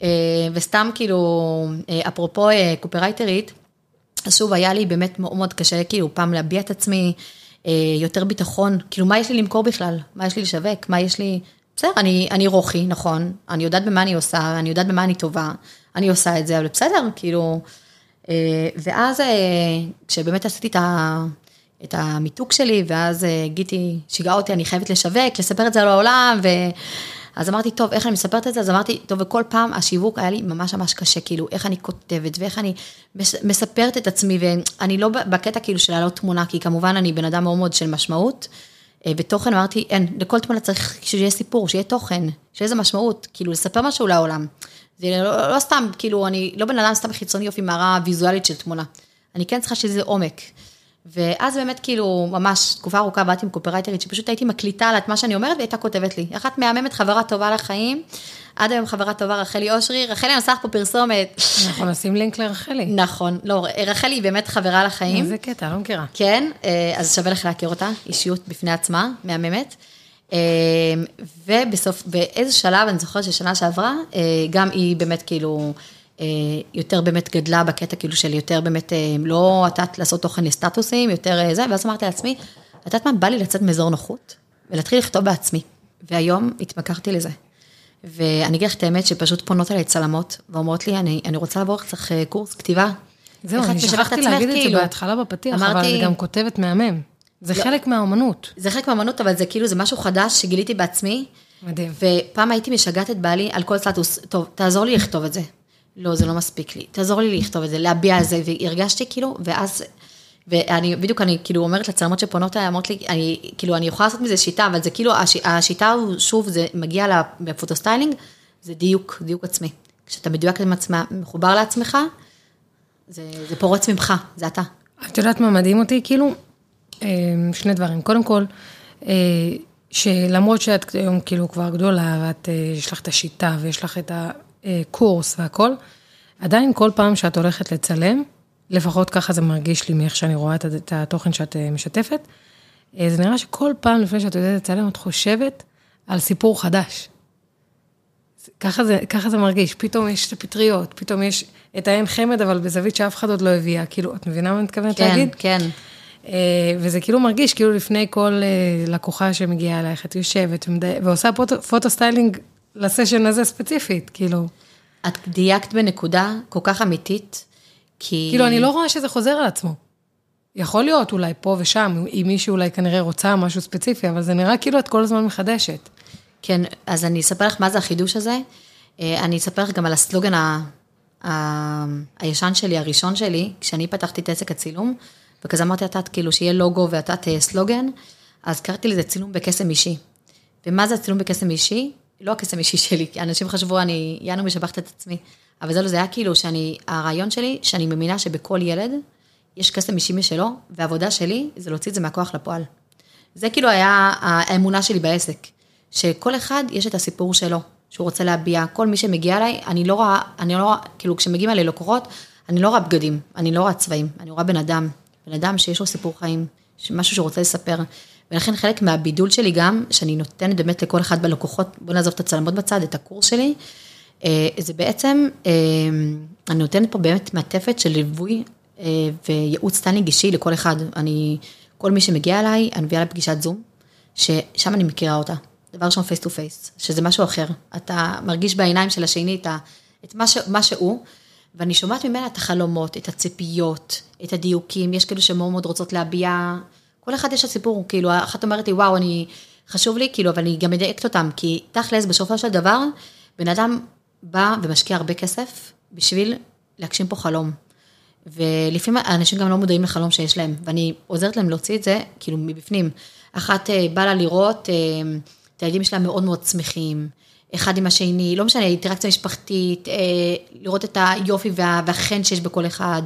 וסתם כאילו, אפרופו קופרייטרית, אז שוב, היה לי באמת מאוד מאוד קשה, כאילו, פעם להביע את עצמי, יותר ביטחון, כאילו, מה יש לי למכור בכלל? מה יש לי לשווק? מה יש לי... בסדר, אני רוחי, נכון, אני יודעת במה אני עושה, אני יודעת במה אני טובה, אני עושה את זה, אבל בסדר, כאילו... ואז, כשבאמת עשיתי את המיתוק שלי, ואז גיטי, שיגעה אותי, אני חייבת לשווק, לספר את זה לעולם, אז אמרתי, טוב, איך אני מספרת את זה? אז אמרתי, טוב, וכל פעם השיווק היה לי ממש ממש קשה, כאילו, איך אני כותבת, ואיך אני מספרת את עצמי, ואני לא בקטע כאילו של להעלות תמונה, כי כמובן אני בן אדם מאוד מאוד של משמעות, ותוכן אמרתי, אין, לכל תמונה צריך שיהיה סיפור, שיהיה תוכן, שיהיה איזה משמעות, כאילו, לספר משהו לעולם. זה לא סתם, כאילו, אני לא בן אדם סתם חיצוני יופי מערה ויזואלית של תמונה. אני כן צריכה שזה עומק. ואז באמת כאילו, ממש תקופה ארוכה באתי עם קופרייטרית, שפשוט הייתי מקליטה על את מה שאני אומרת, והייתה כותבת לי. אחת מהממת, חברה טובה לחיים, עד היום חברה טובה, רחלי אושרי, רחלי נוסח פה פרסומת. אנחנו נשים לינק לרחלי. נכון, לא, רחלי היא באמת חברה לחיים. איזה קטע, לא מכירה. כן, אז שווה לך להכיר אותה, אישיות בפני עצמה, מהממת. ובסוף, באיזה שלב, אני זוכרת ששנה שעברה, גם היא באמת כאילו, יותר באמת גדלה בקטע כאילו של יותר באמת, לא עתת לעשות תוכן לסטטוסים, יותר זה, ואז אמרתי לעצמי, עתת מה בא לי לצאת מאזור נוחות, ולהתחיל לכתוב בעצמי, והיום התמכרתי לזה, ואני אגיד לך את האמת שפשוט פונות עליי צלמות, ואומרות לי, אני רוצה לעבור קצת קורס כתיבה. זהו, אני שכחתי להגיד את זה בהתחלה בפתיח, אבל אני גם כותבת מהמם. זה חלק מהאומנות. זה חלק מהאומנות, אבל זה כאילו, זה משהו חדש שגיליתי בעצמי. מדהים. ופעם הייתי משגעת את בעלי על כל סטטוס, טוב, תעזור לי לכתוב את זה. לא, זה לא מספיק לי. תעזור לי לכתוב את זה, להביע את זה, והרגשתי כאילו, ואז, בדיוק אני כאילו אומרת לצלמות שפונות, אמרת לי, אני יכולה לעשות מזה שיטה, אבל זה כאילו, השיטה, שוב, זה מגיע לפוטוסטיילינג, זה דיוק עצמי. כשאתה מדויק עם עצמה, מחובר לעצמך, זה פורץ ממך, זה אתה. את יודעת מה מדהים אותי? כאילו, שני דברים. קודם כל, שלמרות שאת היום כאילו כבר גדולה, ואת, יש לך את השיטה, ויש לך את הקורס והכל, עדיין כל פעם שאת הולכת לצלם, לפחות ככה זה מרגיש לי מאיך שאני רואה את התוכן שאת משתפת, זה נראה שכל פעם לפני שאת יודעת לצלם, את חושבת על סיפור חדש. ככה זה מרגיש, פתאום יש את הפטריות, פתאום יש את העין חמד, אבל בזווית שאף אחד עוד לא הביאה, כאילו, את מבינה מה אני מתכוונת להגיד? כן, כן. וזה כאילו מרגיש, כאילו לפני כל לקוחה שמגיעה אלייך, את יושבת ועושה פוטוסטיילינג לסשן הזה ספציפית, כאילו. את דייקת בנקודה כל כך אמיתית, כי... כאילו, אני לא רואה שזה חוזר על עצמו. יכול להיות אולי פה ושם, אם מישהו אולי כנראה רוצה משהו ספציפי, אבל זה נראה כאילו את כל הזמן מחדשת. כן, אז אני אספר לך מה זה החידוש הזה. אני אספר לך גם על הסלוגן הישן שלי, הראשון שלי, כשאני פתחתי את עסק הצילום, וכזה אמרתי, אתה כאילו שיהיה לוגו ואתה סלוגן, אז קראתי לזה צילום בקסם אישי. ומה זה הצילום בקסם אישי? לא הקסם אישי שלי, כי אנשים חשבו, יאנו משבחת את עצמי, אבל זה היה כאילו הרעיון שלי, שאני מאמינה שבכל ילד יש קסם אישי משלו, והעבודה שלי זה להוציא את זה מהכוח לפועל. זה כאילו היה האמונה שלי בעסק, שכל אחד יש את הסיפור שלו, שהוא רוצה להביע, כל מי שמגיע אליי, אני לא רואה, כאילו כשמגיעים אליי לקוחות, אני לא רואה בגדים, אני לא רואה צבעים, אני רואה בן אדם שיש לו סיפור חיים, משהו שהוא רוצה לספר, ולכן חלק מהבידול שלי גם, שאני נותנת באמת לכל אחד בלקוחות, בוא נעזוב את הצלמות בצד, את הקורס שלי, זה בעצם, אני נותנת פה באמת מעטפת של ליווי, וייעוץ סטיילינג אישי לכל אחד, כל מי שמגיע אליי, אני מביאה לפגישת זום, ששם אני מכירה אותה, דבר ראשון פייס טו פייס, שזה משהו אחר, אתה מרגיש בעיניים של השני את מה שהוא, ואני שומעת ממנה את החלומות, את הציפיות, את הדיוקים, יש כאילו שמאוד מאוד רוצות להביע, כל אחד יש הסיפור, כאילו, אחת אומרת לי, וואו, חשוב לי, כאילו, אבל אני גם מדייקת אותם, כי תכלס, בסופו של דבר, בן אדם בא ומשקיע הרבה כסף, בשביל להגשים פה חלום. ולפעמים האנשים גם לא מודעים לחלום שיש להם, ואני עוזרת להם להוציא את זה, כאילו, מבפנים. אחת באה לה לראות, את הילדים שלהם מאוד מאוד שמחים, אחד עם השני, לא משנה, אינטראקציה משפחתית, לראות את היופי והחן שיש בכל אחד.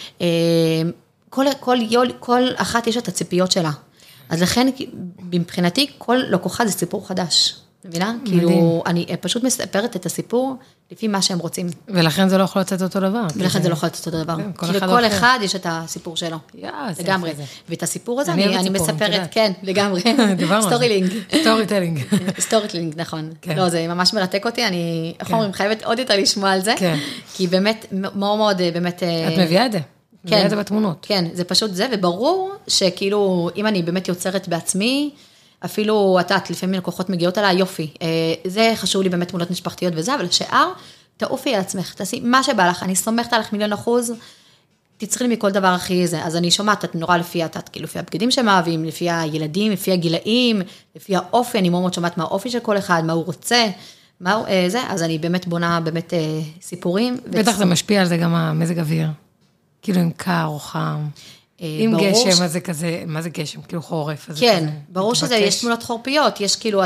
כל אחת יש את הציפיות שלה. אז לכן, מבחינתי, כל לקוחה זה סיפור חדש. מבינה? כאילו, אני פשוט מספרת את הסיפור לפי מה שהם רוצים. ולכן זה לא יכול לצאת אותו דבר. ולכן זה לא יכול לצאת אותו דבר. כי לכל אחד יש את הסיפור שלו. לגמרי. ואת הסיפור הזה אני מספרת, כן, לגמרי. סטורי לינג. סטורי טלינג. סטורי לינג, נכון. לא, זה ממש מרתק אותי, אני, איך אומרים, חייבת עוד יותר לשמוע על זה. כי באמת, מאוד מאוד, באמת... את מביאה את זה. מביאה את זה בתמונות. כן, זה פשוט זה, וברור שכאילו, אם אני באמת יוצרת בעצמי, אפילו את, לפעמים לקוחות מגיעות עליי, יופי, זה חשוב לי באמת תמונות משפחתיות וזה, אבל השאר, תעופי על עצמך, תעשי מה שבא לך, אני סומכת עליך 1,000,000%, תצרי לי מכל דבר הכי זה, אז אני שומעת, את נורא לפי לפי הבגדים שהם אוהבים, לפי הילדים, לפי הגילאים, לפי האופי, אני מאוד מאוד שומעת מה האופי של כל אחד, מה הוא רוצה, מה הוא זה, אז אני באמת בונה באמת סיפורים. בטח זה משפיע על זה גם המזג אוויר, כאילו עם קר או חם. עם גשם, אז זה כזה, מה זה גשם? כאילו חורף. כן, ברור שזה, יש תמונות חורפיות, יש כאילו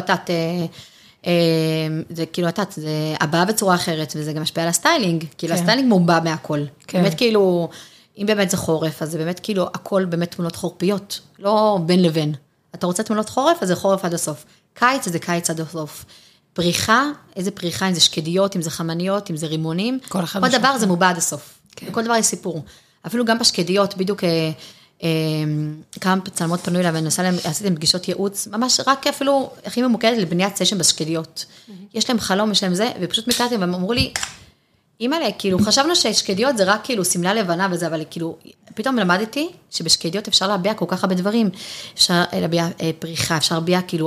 זה כאילו זה הבאה בצורה אחרת, וזה גם משפיע על הסטיילינג, כאילו הסטיילינג מובע מהכל. באמת כאילו, אם באמת זה חורף, אז זה באמת כאילו, הכל באמת תמונות חורפיות, לא בין לבין. אתה רוצה תמונות חורף, אז זה חורף עד הסוף. קיץ, אז זה קיץ עד הסוף. פריחה, איזה פריחה, אם זה שקדיות, אם זה חמניות, אם זה רימונים. כל דבר זה מובע עד הסוף. כל דבר יש סיפור. אפילו גם בשקדיות, בדיוק כמה צלמות פנו אליי, ואני עשיתי להם פגישות ייעוץ, ממש רק אפילו, הכי ממוקדת לבניית סשן בשקדיות. יש להם חלום, יש להם זה, ופשוט מקלטתי, והם אמרו לי, אימא'לה, כאילו, חשבנו ששקדיות זה רק כאילו סמלה לבנה וזה, אבל כאילו, פתאום למדתי שבשקדיות אפשר להביע כל כך הרבה דברים, אפשר להביע פריחה, אפשר להביע כאילו,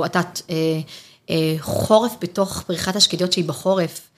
חורף בתוך פריחת השקדיות שהיא בחורף,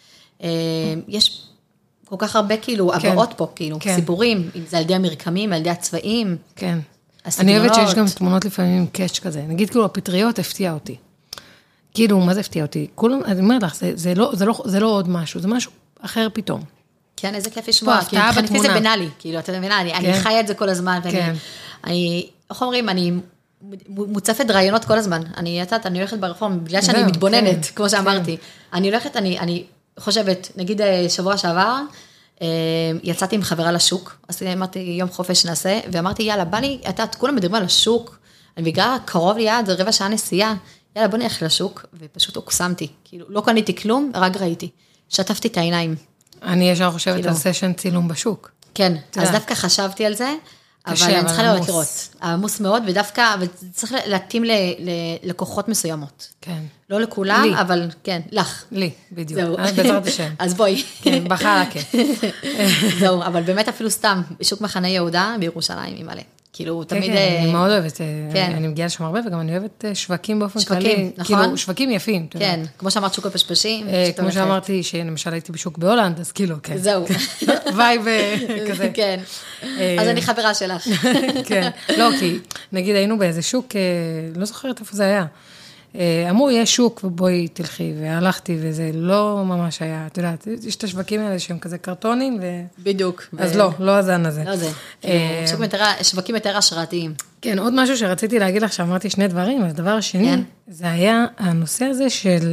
יש כל כך הרבה כאילו הבאות פה, כאילו, סיפורים, אם זה על ידי המרקמים, על ידי הצבעים. כן. אני אוהבת שיש גם תמונות לפעמים עם קאץ' כזה. נגיד כאילו הפטריות הפתיע אותי. כאילו, מה זה הפתיע אותי? כולם, אני אומרת לך, זה לא עוד משהו, זה משהו אחר פתאום. כן, איזה כיף לשמוע. כאילו, מבחינתי זה בנאלי, כאילו, אתה מבינה, אני חיה את זה כל הזמן, ואני, איך אומרים, אני מוצפת רעיונות כל הזמן. אני הולכת ברפורמה, בגלל שאני מתבוננת, כמו שאמרתי. אני הולכת, אני חושבת, נגיד שבוע שעבר, יצאתי עם חברה לשוק, אז אמרתי יום חופש נעשה, ואמרתי יאללה, בא לי, כולם מדברים על השוק, אני בגלל קרוב ליד, זה 15 דקות נסיעה, יאללה בוא נלך לשוק, ופשוט הוקסמתי, כאילו לא קניתי כלום, רק ראיתי, שטפתי את העיניים. אני ישר חושבת על סשן צילום בשוק. כן, אז דווקא חשבתי על זה, אבל אני צריכה לראות, עמוס מאוד, ודווקא, צריך להתאים ללקוחות מסוימות. כן. לא לכולם, אבל כן, לך. לי, בדיוק. בעזרת השם. אז בואי. כן, בחר הכיף. זהו, אבל באמת אפילו סתם, בשוק מחנה יהודה, בירושלים, היא מלא. כאילו, תמיד... כן, אני מאוד אוהבת, אני מגיעה לשם הרבה, וגם אני אוהבת שווקים באופן כללי. שווקים, נכון? כאילו, שווקים יפים. כן, כמו שאמרת שוק הפשפשים. כמו שאמרתי, שלמשל הייתי בשוק בהולנד, אז כאילו, כן. זהו. וייב כזה. כן. אז אני חברה שלך. כן. לא, כי נגיד היינו באיזה שוק, לא זוכרת איפה זה היה. אמרו, יש שוק, ובואי תלכי, והלכתי, וזה לא ממש היה, את יודעת, יש את השווקים האלה שהם כזה קרטונים, בדיוק. אז לא הזן הזה. לא זה. שווקים יותר השראתיים. כן, עוד משהו שרציתי להגיד לך, שאמרתי שני דברים, אז הדבר השני, זה היה הנושא הזה של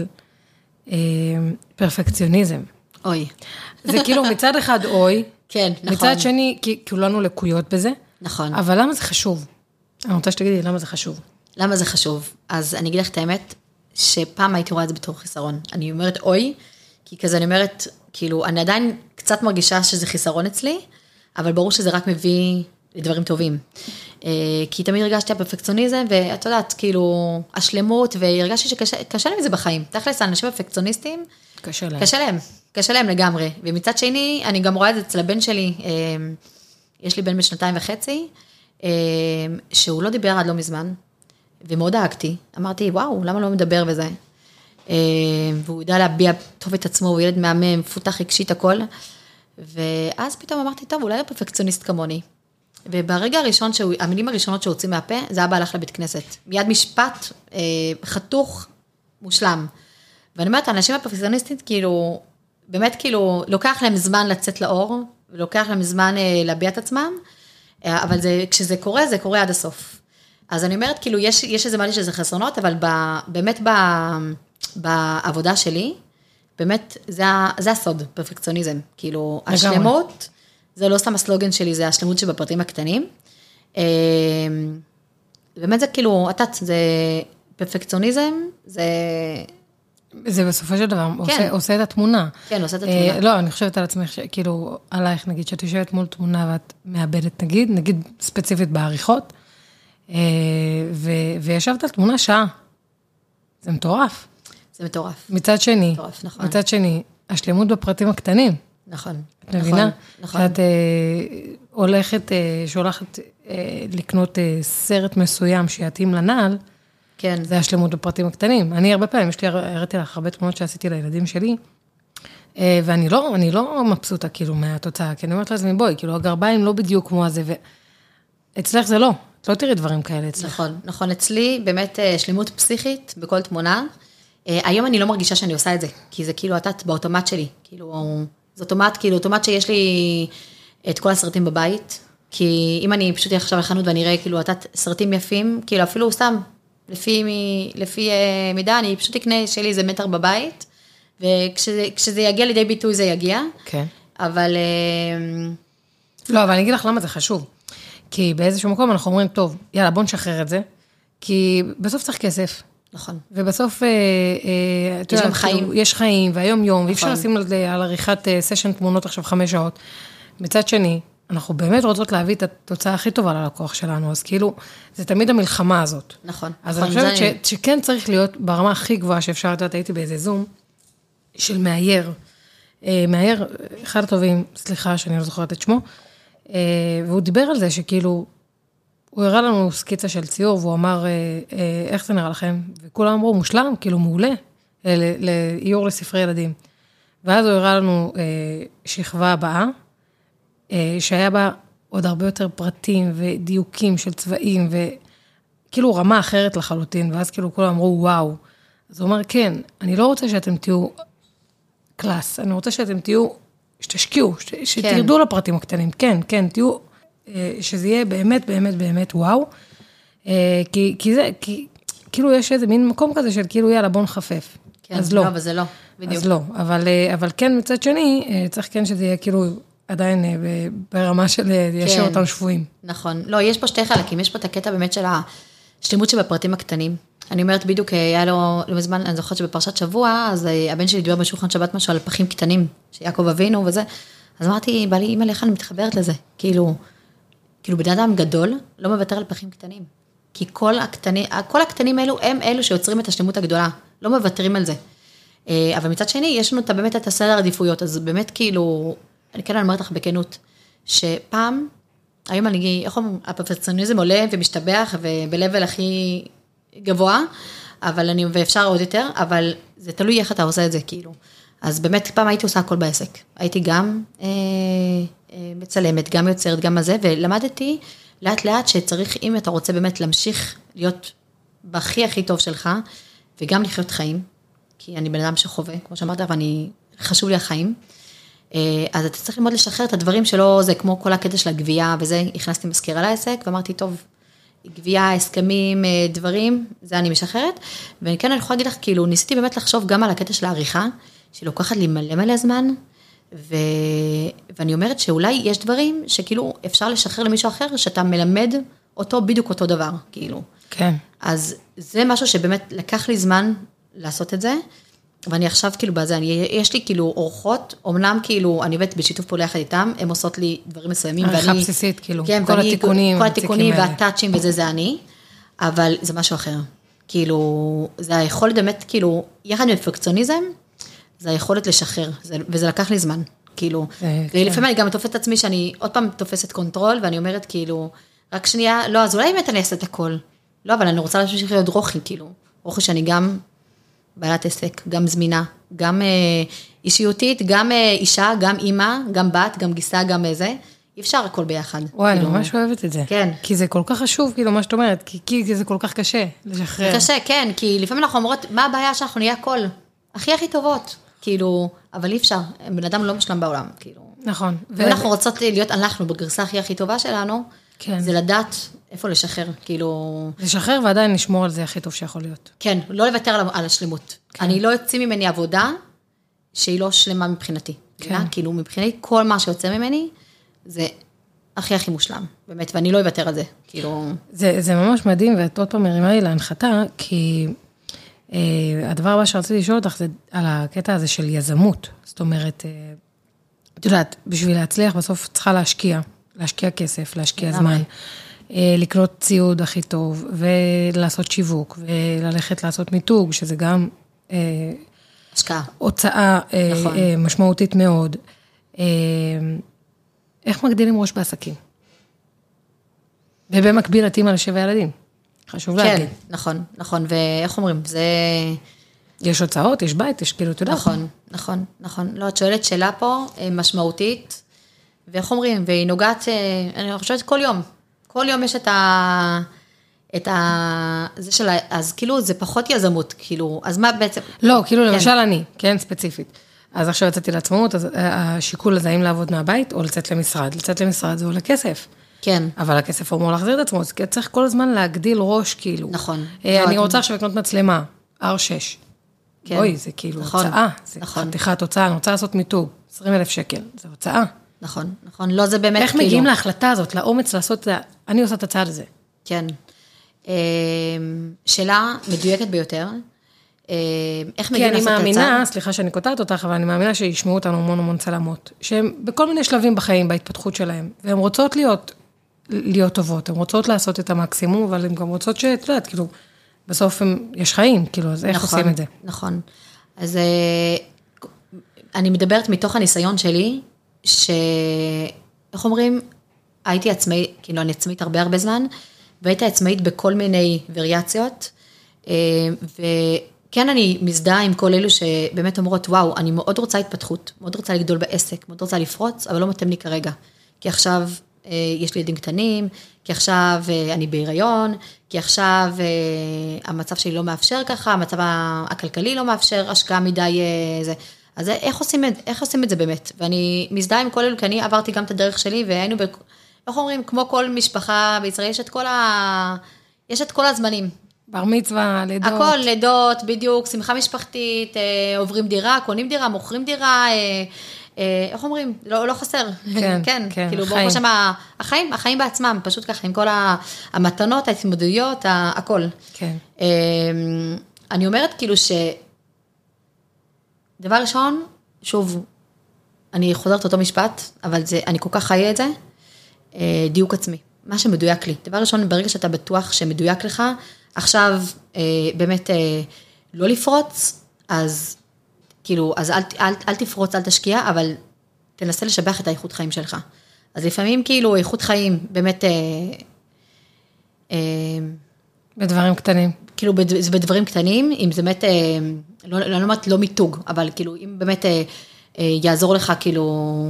פרפקציוניזם. אוי. זה כאילו מצד אחד אוי, כן, נכון. מצד שני, כי כולנו לקויות בזה, נכון. אבל למה זה חשוב? אני רוצה שתגידי, למה זה חשוב? למה זה חשוב? אז אני אגיד לך את האמת, שפעם הייתי רואה את זה בתור חיסרון. אני אומרת אוי, כי כזה אני אומרת, כאילו, אני עדיין קצת מרגישה שזה חיסרון אצלי, אבל ברור שזה רק מביא לדברים טובים. כי תמיד הרגשתי הפרפקציוניזם, ואת יודעת, כאילו, השלמות, והרגשתי שקשה להם את זה בחיים. תכלס, האנשים הפרפקציוניסטים, קשה להם לגמרי. ומצד שני, אני גם רואה את זה אצל הבן שלי, יש לי בן ב2.5, שהוא לא דיבר עד לא מזמן, ומאוד דאגתי, אמרתי, וואו, למה לא מדבר בזה? והוא יודע להביע טוב את עצמו, הוא ילד מהמם, מפותח רגשית הכל, ואז פתאום אמרתי, טוב, אולי הוא פרפקציוניסט כמוני. וברגע הראשון, המילים הראשונות שהוצאים מהפה, זה אבא הלך לבית כנסת. מיד משפט, חתוך, מושלם. ואני אומרת, האנשים הפרפקציוניסטים, כאילו, באמת כאילו, לוקח להם זמן לצאת לאור, ולוקח להם זמן להביע את עצמם, אבל כשזה קורה, זה קורה עד הסוף. אז אני אומרת, כאילו, יש איזה משהו שזה חסרונות, אבל באמת בעבודה שלי, באמת, זה הסוד, פרפקציוניזם. כאילו, השלמות, זה לא סתם הסלוגן שלי, זה השלמות שבפרטים הקטנים. באמת זה כאילו, זה פרפקציוניזם, זה זה בסופו של דבר, עושה את התמונה. כן, עושה את התמונה. לא, אני חושבת על עצמך, כאילו, עלייך, נגיד, שאת יושבת מול תמונה ואת מאבדת, נגיד ספציפית בעריכות, וישבת על תמונה שעה. זה מטורף. זה מטורף. מצד שני, מטורף, נכון. מצד שני, השלמות בפרטים הקטנים. נכון. את מבינה? נכון. שאת הולכת, שולחת לקנות סרט מסוים שיתאים לנעל, כן. זה השלמות בפרטים הקטנים. אני הרבה פעמים, הראיתי לך הרבה תמונות שעשיתי לילדים שלי, ואני לא מבסוטה כאילו מהתוצאה, כי אני אומרת לעצמי, בואי, כאילו הגרביים לא בדיוק כמו הזה, ואצלך זה לא, את לא תראי דברים כאלה אצלך. נכון, נכון, אצלי באמת שלמות פסיכית בכל תמונה. היום אני לא מרגישה שאני עושה את זה, כי זה כאילו את באוטומט שלי, כאילו, זה אוטומט שיש לי את כל הסרטים בבית, כי אם אני פשוט עכשיו לחנות ואני אראה כאילו את סרטים יפים, כאילו אפילו סתם, לפי מידה, אני פשוט אקנה שלי איזה מטר בבית, וכשזה יגיע לידי ביטוי זה יגיע. כן. אבל... לא, אבל אני אגיד לך למה זה חשוב. כי באיזשהו מקום אנחנו אומרים, טוב, יאללה, בוא נשחרר את זה, כי בסוף צריך כסף. נכון. ובסוף, יש גם חיים. יש חיים, והיום יום, ואי אפשר לשים על עריכת סשן תמונות עכשיו 5 שעות. מצד שני, אנחנו באמת רוצות להביא את התוצאה הכי טובה ללקוח שלנו, אז כאילו, זה תמיד המלחמה הזאת. נכון. אז אני חושבת שכן צריך להיות ברמה הכי גבוהה שאפשר, הייתי באיזה זום, של מאייר. מאייר, אחד הטובים, סליחה שאני לא זוכרת את שמו, והוא דיבר על זה שכאילו, הוא הראה לנו סקיצה של ציור, והוא אמר, איך זה נראה לכם? וכולם אמרו, מושלם, כאילו מעולה, לאיור לספרי ילדים. ואז הוא הראה לנו שכבה הבאה, שהיה בה עוד הרבה יותר פרטים ודיוקים של צבעים, וכאילו רמה אחרת לחלוטין, ואז כאילו כולם אמרו, וואו. אז הוא אומר, כן, אני לא רוצה שאתם תהיו קלאס, אני רוצה שאתם תהיו, שתשקיעו, שתרדו לפרטים הקטנים, כן, כן, תהיו, שזה יהיה באמת, באמת, באמת, וואו. כי זה, כאילו יש איזה מין מקום כזה של כאילו, יאללה, בוא נחפף. כן, אז לא. לא, אבל זה לא, בדיוק. אז לא, אבל כן, מצד שני, צריך כן שזה יהיה כאילו, עדיין ברמה של ישאיר אותם שבויים. נכון. לא, יש פה 2 חלקים, יש פה את הקטע באמת של השלמות שבפרטים הקטנים. אני אומרת בדיוק, היה לו, בזמן, אני זוכרת שבפרשת שבוע, אז הבן שלי דיבר בשולחן שבת משהו על פחים קטנים, שיעקב אבינו וזה, אז אמרתי, בא לי, אמא, איך אני מתחברת לזה? כאילו בן אדם גדול, לא מוותר על פחים קטנים. כי כל הקטנים האלו, הם אלו שיוצרים את השלמות הגדולה, לא מוותרים על זה. אבל מצד שני, יש לנו באמת את הסדר עדיפויות, אז באמת כאילו, אני אומרת לך בכנות, שפעם, היום הפרפקציוניזם עולה ומשתבח, ובלבל הכי גבוה, ואפשר עוד יותר, אבל זה תלוי איך אתה עושה את זה, כאילו. אז באמת, פעם הייתי עושה הכל בעסק. הייתי גם מצלמת, גם יוצרת, גם הזה, ולמדתי לאט לאט שצריך, אם אתה רוצה באמת להמשיך להיות בהכי טוב שלך, וגם לחיות חיים, כי אני בן אדם שחווה, כמו שאמרת, חשוב לי החיים, אז אתה צריך ללמוד לשחרר את הדברים שלו, זה כמו כל הקטע של הגבייה, וזה, הכנסתי מזכירה לעסק, ואמרתי, טוב, גבייה, הסכמים, דברים, זה אני משחררת, וכן אני יכולה להגיד לך, כאילו, ניסיתי באמת לחשוב גם על הקטע של העריכה, שלוקחת לי מלא זמן, ואני אומרת שאולי יש דברים שכאילו אפשר לשחרר למישהו אחר, שאתה מלמד אותו בדיוק אותו דבר, כאילו. כן. אז זה משהו שבאמת לקח לי זמן לעשות את זה, ואני עכשיו כאילו בזה, יש לי כאילו אורחות, אמנם כאילו אני עובדת בשיתוף פעולה יחד איתם, הם עושות לי דברים מסוימים, עריכה בסיסית כאילו, כן, כל התיקונים. כל התיקונים והטאצ'ים וזה, זה אני, אבל זה משהו אחר. כאילו, זה היכולת באמת, כאילו, יחד עם פרפקציוניזם, זה היכולת לשחרר, וזה לקח לי זמן, כאילו, ולפעמים אני גם תופסת את עצמי, שאני עוד פעם תופסת קונטרול, ואני אומרת כאילו, רק שנייה, לא, אז אולי באמת אני אעשה את הכל, לא, אבל אני רוצה להמשיך להיות רוחי, כאילו, רוחי שאני גם בעלת עסק, גם זמינה, גם אישיותית, גם אישה, גם אימא, גם בת, גם גיסה, גם איזה, אי אפשר הכל ביחד. וואי, אני ממש אוהבת את זה. כן. כי זה כל כך חשוב, כאילו, מה שאת אומרת, כי זה כל כך קשה לשחרר. זה קשה, כן, כי לפעמים אנחנו אומרות, מה הבעיה שאנחנו נהיה הכל? הכי טובות, כאילו, אבל אי אפשר, בן אדם לא משלם בעולם, כאילו. נכון. ואנחנו רוצות להיות, אנחנו בגרסה הכי טובה שלנו, כן. זה לדעת איפה לשחרר, כאילו... לשחרר ועדיין לשמור על זה הכי טוב שיכול להיות. כן, לא לוותר על השלמות. כן. אני לא יוצא ממני עבודה שהיא לא שלמה מבחינתי. כן. כאילו, מבחינתי, כל מה שיוצא ממני, זה הכי מושלם, באמת, ואני לא אוותר על זה, כאילו... זה ממש מדהים, ואת עוד פעם מרימה לי להנחתה, כי הדבר הבא שרציתי לשאול אותך, זה על הקטע הזה של יזמות. זאת אומרת, את יודעת, בשביל להצליח, בסוף צריכה להשקיע כסף, להשקיע זמן, לקנות ציוד הכי טוב, ולעשות שיווק, וללכת לעשות מיתוג, שזה גם השקעה. הוצאה משמעותית מאוד. איך מגדילים ראש בעסקים? ובמקביל את אימא ל7 ילדים. חשוב להגיד. כן, נכון, נכון. ואיך אומרים, זה... יש הוצאות, יש בית, יש כאילו, אתה יודע. נכון. לא, את שואלת שאלה פה משמעותית, ואיך אומרים, והיא נוגעת, אני חושבת כל יום יש זה של, אז כאילו זה פחות יזמות, כאילו, אז מה בעצם? לא, כאילו למשל אני, כן, ספציפית. אז עכשיו יצאתי לעצמאות, אז השיקול הזה, האם לעבוד מהבית או לצאת למשרד. לצאת למשרד זה עולה כסף. כן. אבל הכסף אמור להחזיר את עצמו, אז צריך כל הזמן להגדיל ראש, כאילו. נכון. אני רוצה עכשיו לקנות מצלמה, R6. כן. אוי, זה כאילו הוצאה. זה חתיכת הוצאה, אני רוצה לעשות מיתוג, 20,000 שקל, זה הוצאה. נכון. לא, זה באמת איך מגיעים להחלטה הזאת, לאומץ לעשות את זה, אני עושה את הצעד הזה. כן. שאלה מדויקת ביותר. איך מגיעים לעשות את הצעד? כי אני מאמינה, סליחה שאני קוטעת אותך, אבל אני מאמינה שישמעו אותנו המון צלמות, שהם בכל מיני שלבים בחיים, בהתפתחות שלהם, והן רוצות להיות טובות, הן רוצות לעשות את המקסימום, אבל הן גם רוצות שאת יודעת, כאילו, בסוף יש חיים, כאילו, אז איך עושים את זה? נכון. אז אני מדברת מתוך הניסיון שלי, איך אומרים, הייתי עצמאית, כאילו אני עצמאית הרבה זמן, והייתי עצמאית בכל מיני וריאציות, וכן אני מזדהה עם כל אלו שבאמת אומרות, וואו, אני מאוד רוצה התפתחות, מאוד רוצה לגדול בעסק, מאוד רוצה לפרוץ, אבל לא מתאים לי כרגע, כי עכשיו יש לי ילדים קטנים, כי עכשיו אני בהיריון, כי עכשיו המצב שלי לא מאפשר ככה, המצב הכלכלי לא מאפשר השקעה מדי זה. אז איך עושים את זה באמת? ואני מזדהה עם כל אלו, כי אני עברתי גם את הדרך שלי, והיינו, איך אומרים, כמו כל משפחה בישראל, יש את כל הזמנים. בר מצווה, לידות. הכל, לידות, בדיוק, שמחה משפחתית, עוברים דירה, קונים דירה, מוכרים דירה, איך אומרים? לא חסר. כן, כאילו, ברוך השם, החיים בעצמם, פשוט ככה, עם כל המתנות, ההתמודדויות, הכל. כן. אני אומרת כאילו דבר ראשון, שוב, אני חוזרת אותו משפט, אבל אני כל כך חיה את זה, דיוק עצמי, מה שמדויק לי. דבר ראשון, ברגע שאתה בטוח שמדויק לך, עכשיו באמת לא לפרוץ, אז כאילו, אז אל תפרוץ, אל תשקיע, אבל תנסה לשבח את האיכות חיים שלך. אז לפעמים כאילו איכות חיים באמת... בדברים קטנים. כאילו זה בדברים קטנים, אם זה באמת, לא אומרת לא מיתוג, אבל כאילו אם באמת יעזור לך כאילו,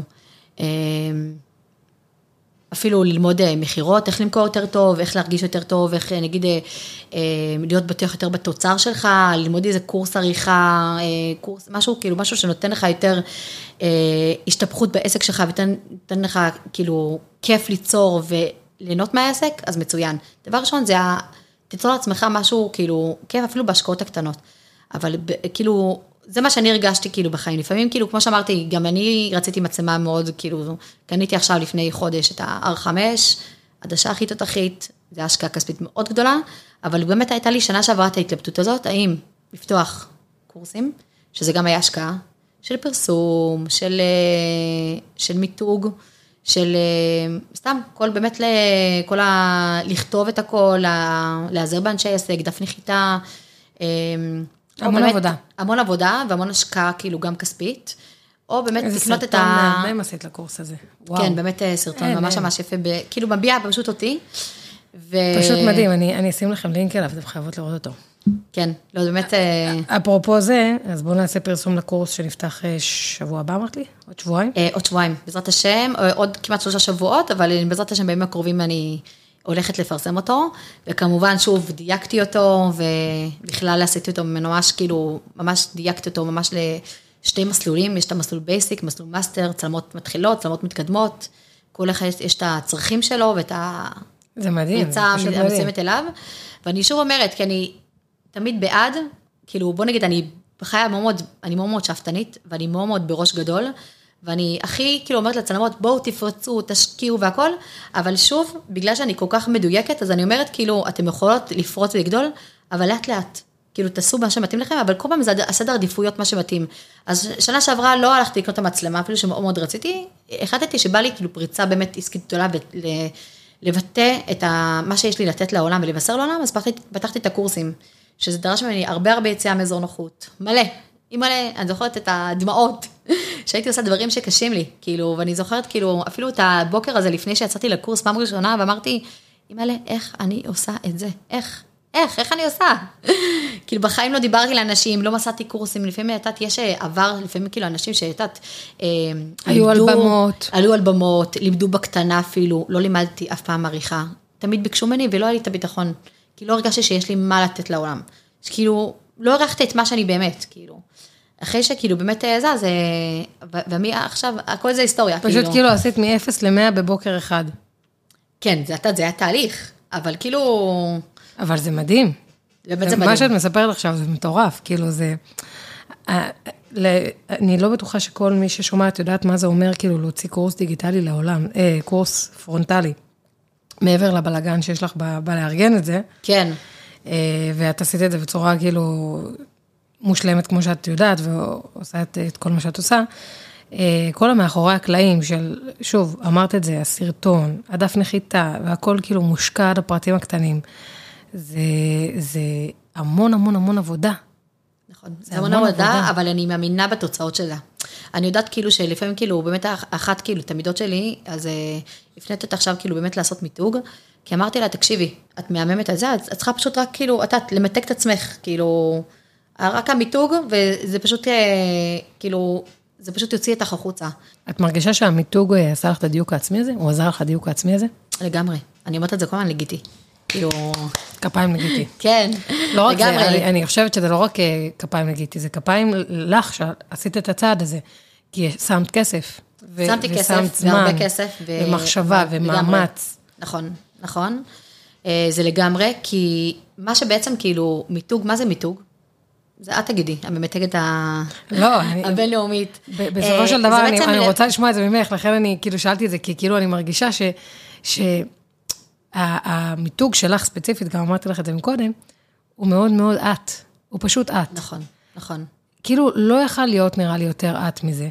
אפילו ללמוד מחירות, איך למכור יותר טוב, איך להרגיש יותר טוב, איך נגיד להיות בטוח יותר בתוצר שלך, ללמוד איזה קורס עריכה, קורס, משהו כאילו, משהו שנותן לך יותר השתפכות בעסק שלך, ותן לך כאילו כיף ליצור וליהנות מהעסק, אז מצוין. דבר ראשון זה תיצור לעצמך משהו כאילו, כיף אפילו בהשקעות הקטנות, אבל כאילו, זה מה שאני הרגשתי כאילו בחיים, לפעמים כאילו, כמו שאמרתי, גם אני רציתי מצלמה מאוד, כאילו, קניתי עכשיו לפני חודש את ה-R5, עדשה הכי תותחית, זה השקעה כספית מאוד גדולה, אבל באמת הייתה לי שנה שעברה את ההתלבטות הזאת, האם לפתוח קורסים, שזה גם היה השקעה, של פרסום, של מיתוג, של סתם, כל באמת, לכתוב את הכל, לעזר באנשי עסק, דף נחיתה, המון עבודה. המון עבודה, והמון השקעה, כאילו, גם כספית, או באמת לקנות את איזה סרטון מהמם עשית לקורס הזה. כן, באמת סרטון ממש יפה, כאילו מביע פשוט אותי. פשוט מדהים, אני אשים לכם לינק אליו, אתם חייבות לראות אותו. כן, לא, באמת... אפרופו זה, אז בואו נעשה פרסום לקורס שנפתח שבוע הבא, אמרת לי? עוד שבועיים? עוד שבועיים, בעזרת השם, עוד כמעט 3 שבועות, אבל בעזרת השם בימים הקרובים אני הולכת לפרסם אותו, וכמובן שוב דייקתי אותו, ובכלל עשיתי אותו ממש כאילו, ממש דייקתי אותו ממש לשתי מסלולים, יש את המסלול בייסיק, מסלול מאסטר, צלמות מתחילות, צלמות מתקדמות, כל אחד יש את הצרכים שלו, ואת זה מדהים, יצא המשימת אליו, ואני שוב אומרת, כי אני תמיד בעד, כאילו בוא נגיד, אני בחיה מאוד שאפתנית, ואני מאוד בראש גדול, ואני הכי כאילו אומרת לצלמות, בואו תפרצו, תשקיעו והכל, אבל שוב, בגלל שאני כל כך מדויקת, אז אני אומרת כאילו, אתם יכולות לפרוץ ולגדול, אבל לאט לאט, כאילו תעשו מה שמתאים לכם, אבל כל פעם זה הסדר עדיפויות מה שמתאים. אז שנה שעברה לא הלכתי לקנות את המצלמה, אפילו שמאוד מאוד רציתי, החלטתי שבא לי כאילו פריצה באמת עסקית גדולה, לבטא את מה שיש לי לתת לעולם ולבשר לעולם, אז פתחתי את הקורסים, שזה דרש ממני הרבה יציאה מאזור נוחות, מלא, אני זוכרת את הדמעות, שהייתי עושה דברים שקשים לי, כאילו, ואני זוכרת כאילו, אפילו את הבוקר הזה לפני שיצאתי לקורס פעם ראשונה, ואמרתי, אימא'לה, איך אני עושה את זה? איך אני עושה? כאילו בחיים לא דיברתי לאנשים, לא מסעתי קורסים, לפעמים יש עבר, לפעמים כאילו אנשים היו על במות, לימדו בקטנה אפילו, לא לימדתי אף פעם עריכה, תמיד ביקשו ממני ולא היה לי את הביטחון, כי לא הרגשתי שיש לי מה לתת לעולם, כאילו לא ערכתי את מה שאני באמת, כאילו, אחרי שכאילו באמת זה, ומי עכשיו, הכל זה היסטוריה. פשוט כאילו עשית מ-0 ל-100 בבוקר אחד. כן, זה היה תהליך, אבל כאילו... אבל זה מדהים. באמת זה מדהים. מה שאת מספרת עכשיו זה מטורף, כאילו זה... אני לא בטוחה שכל מי ששומעת יודעת מה זה אומר, כאילו להוציא קורס דיגיטלי לעולם, קורס פרונטלי, מעבר לבלגן שיש לך בלארגן את זה. כן. ואת עשית את זה בצורה כאילו מושלמת כמו שאת יודעת, ועושה את כל מה שאת עושה. כל המאחורי הקלעים של, שוב, אמרת את זה, הסרטון, הדף נחיתה, והכל כאילו מושקע עד הפרטים הקטנים. זה המון המון המון עבודה. נכון, זה המון עבודה, אבל אני מאמינה בתוצאות שלה. אני יודעת כאילו שלפעמים כאילו, באמת אחת כאילו, תמידות שלי, אז הפנית אותה עכשיו כאילו באמת לעשות מיתוג, כי אמרתי לה, תקשיבי, את מהממת את זה, את צריכה פשוט רק כאילו, את למתק את עצמך, כאילו, רק המיתוג, וזה פשוט כאילו, זה פשוט יוציא את החוצה. את מרגישה שהמיתוג עשה לך את הדיוק העצמי הזה? הוא עזר לך הדיוק העצמי הזה? לגמרי. אני אומרת את זה כל הזמן לגיטי. כאילו... כפיים לגיטי. כן, לא רק זה, אני חושבת שזה לא רק כפיים לגיטי, זה כפיים לך שעשית את הצעד הזה, כי שמת כסף. שמתי כסף, והרבה כסף. ומחשבה ומאמץ. נכון, נכון. זה לגמרי, כי מה שבעצם כאילו מיתוג, מה זה מיתוג? זה את תגידי, הממתגת הבינלאומית. בסופו של דבר, אני רוצה לשמוע את זה ממך, לכן אני כאילו שאלתי את זה, כי כאילו אני מרגישה שהמיתוג שלך ספציפית, גם אמרתי לך את זה מקודם, הוא מאוד מאוד את, הוא פשוט את. נכון, נכון. כאילו לא יכל להיות נראה לי יותר את מזה.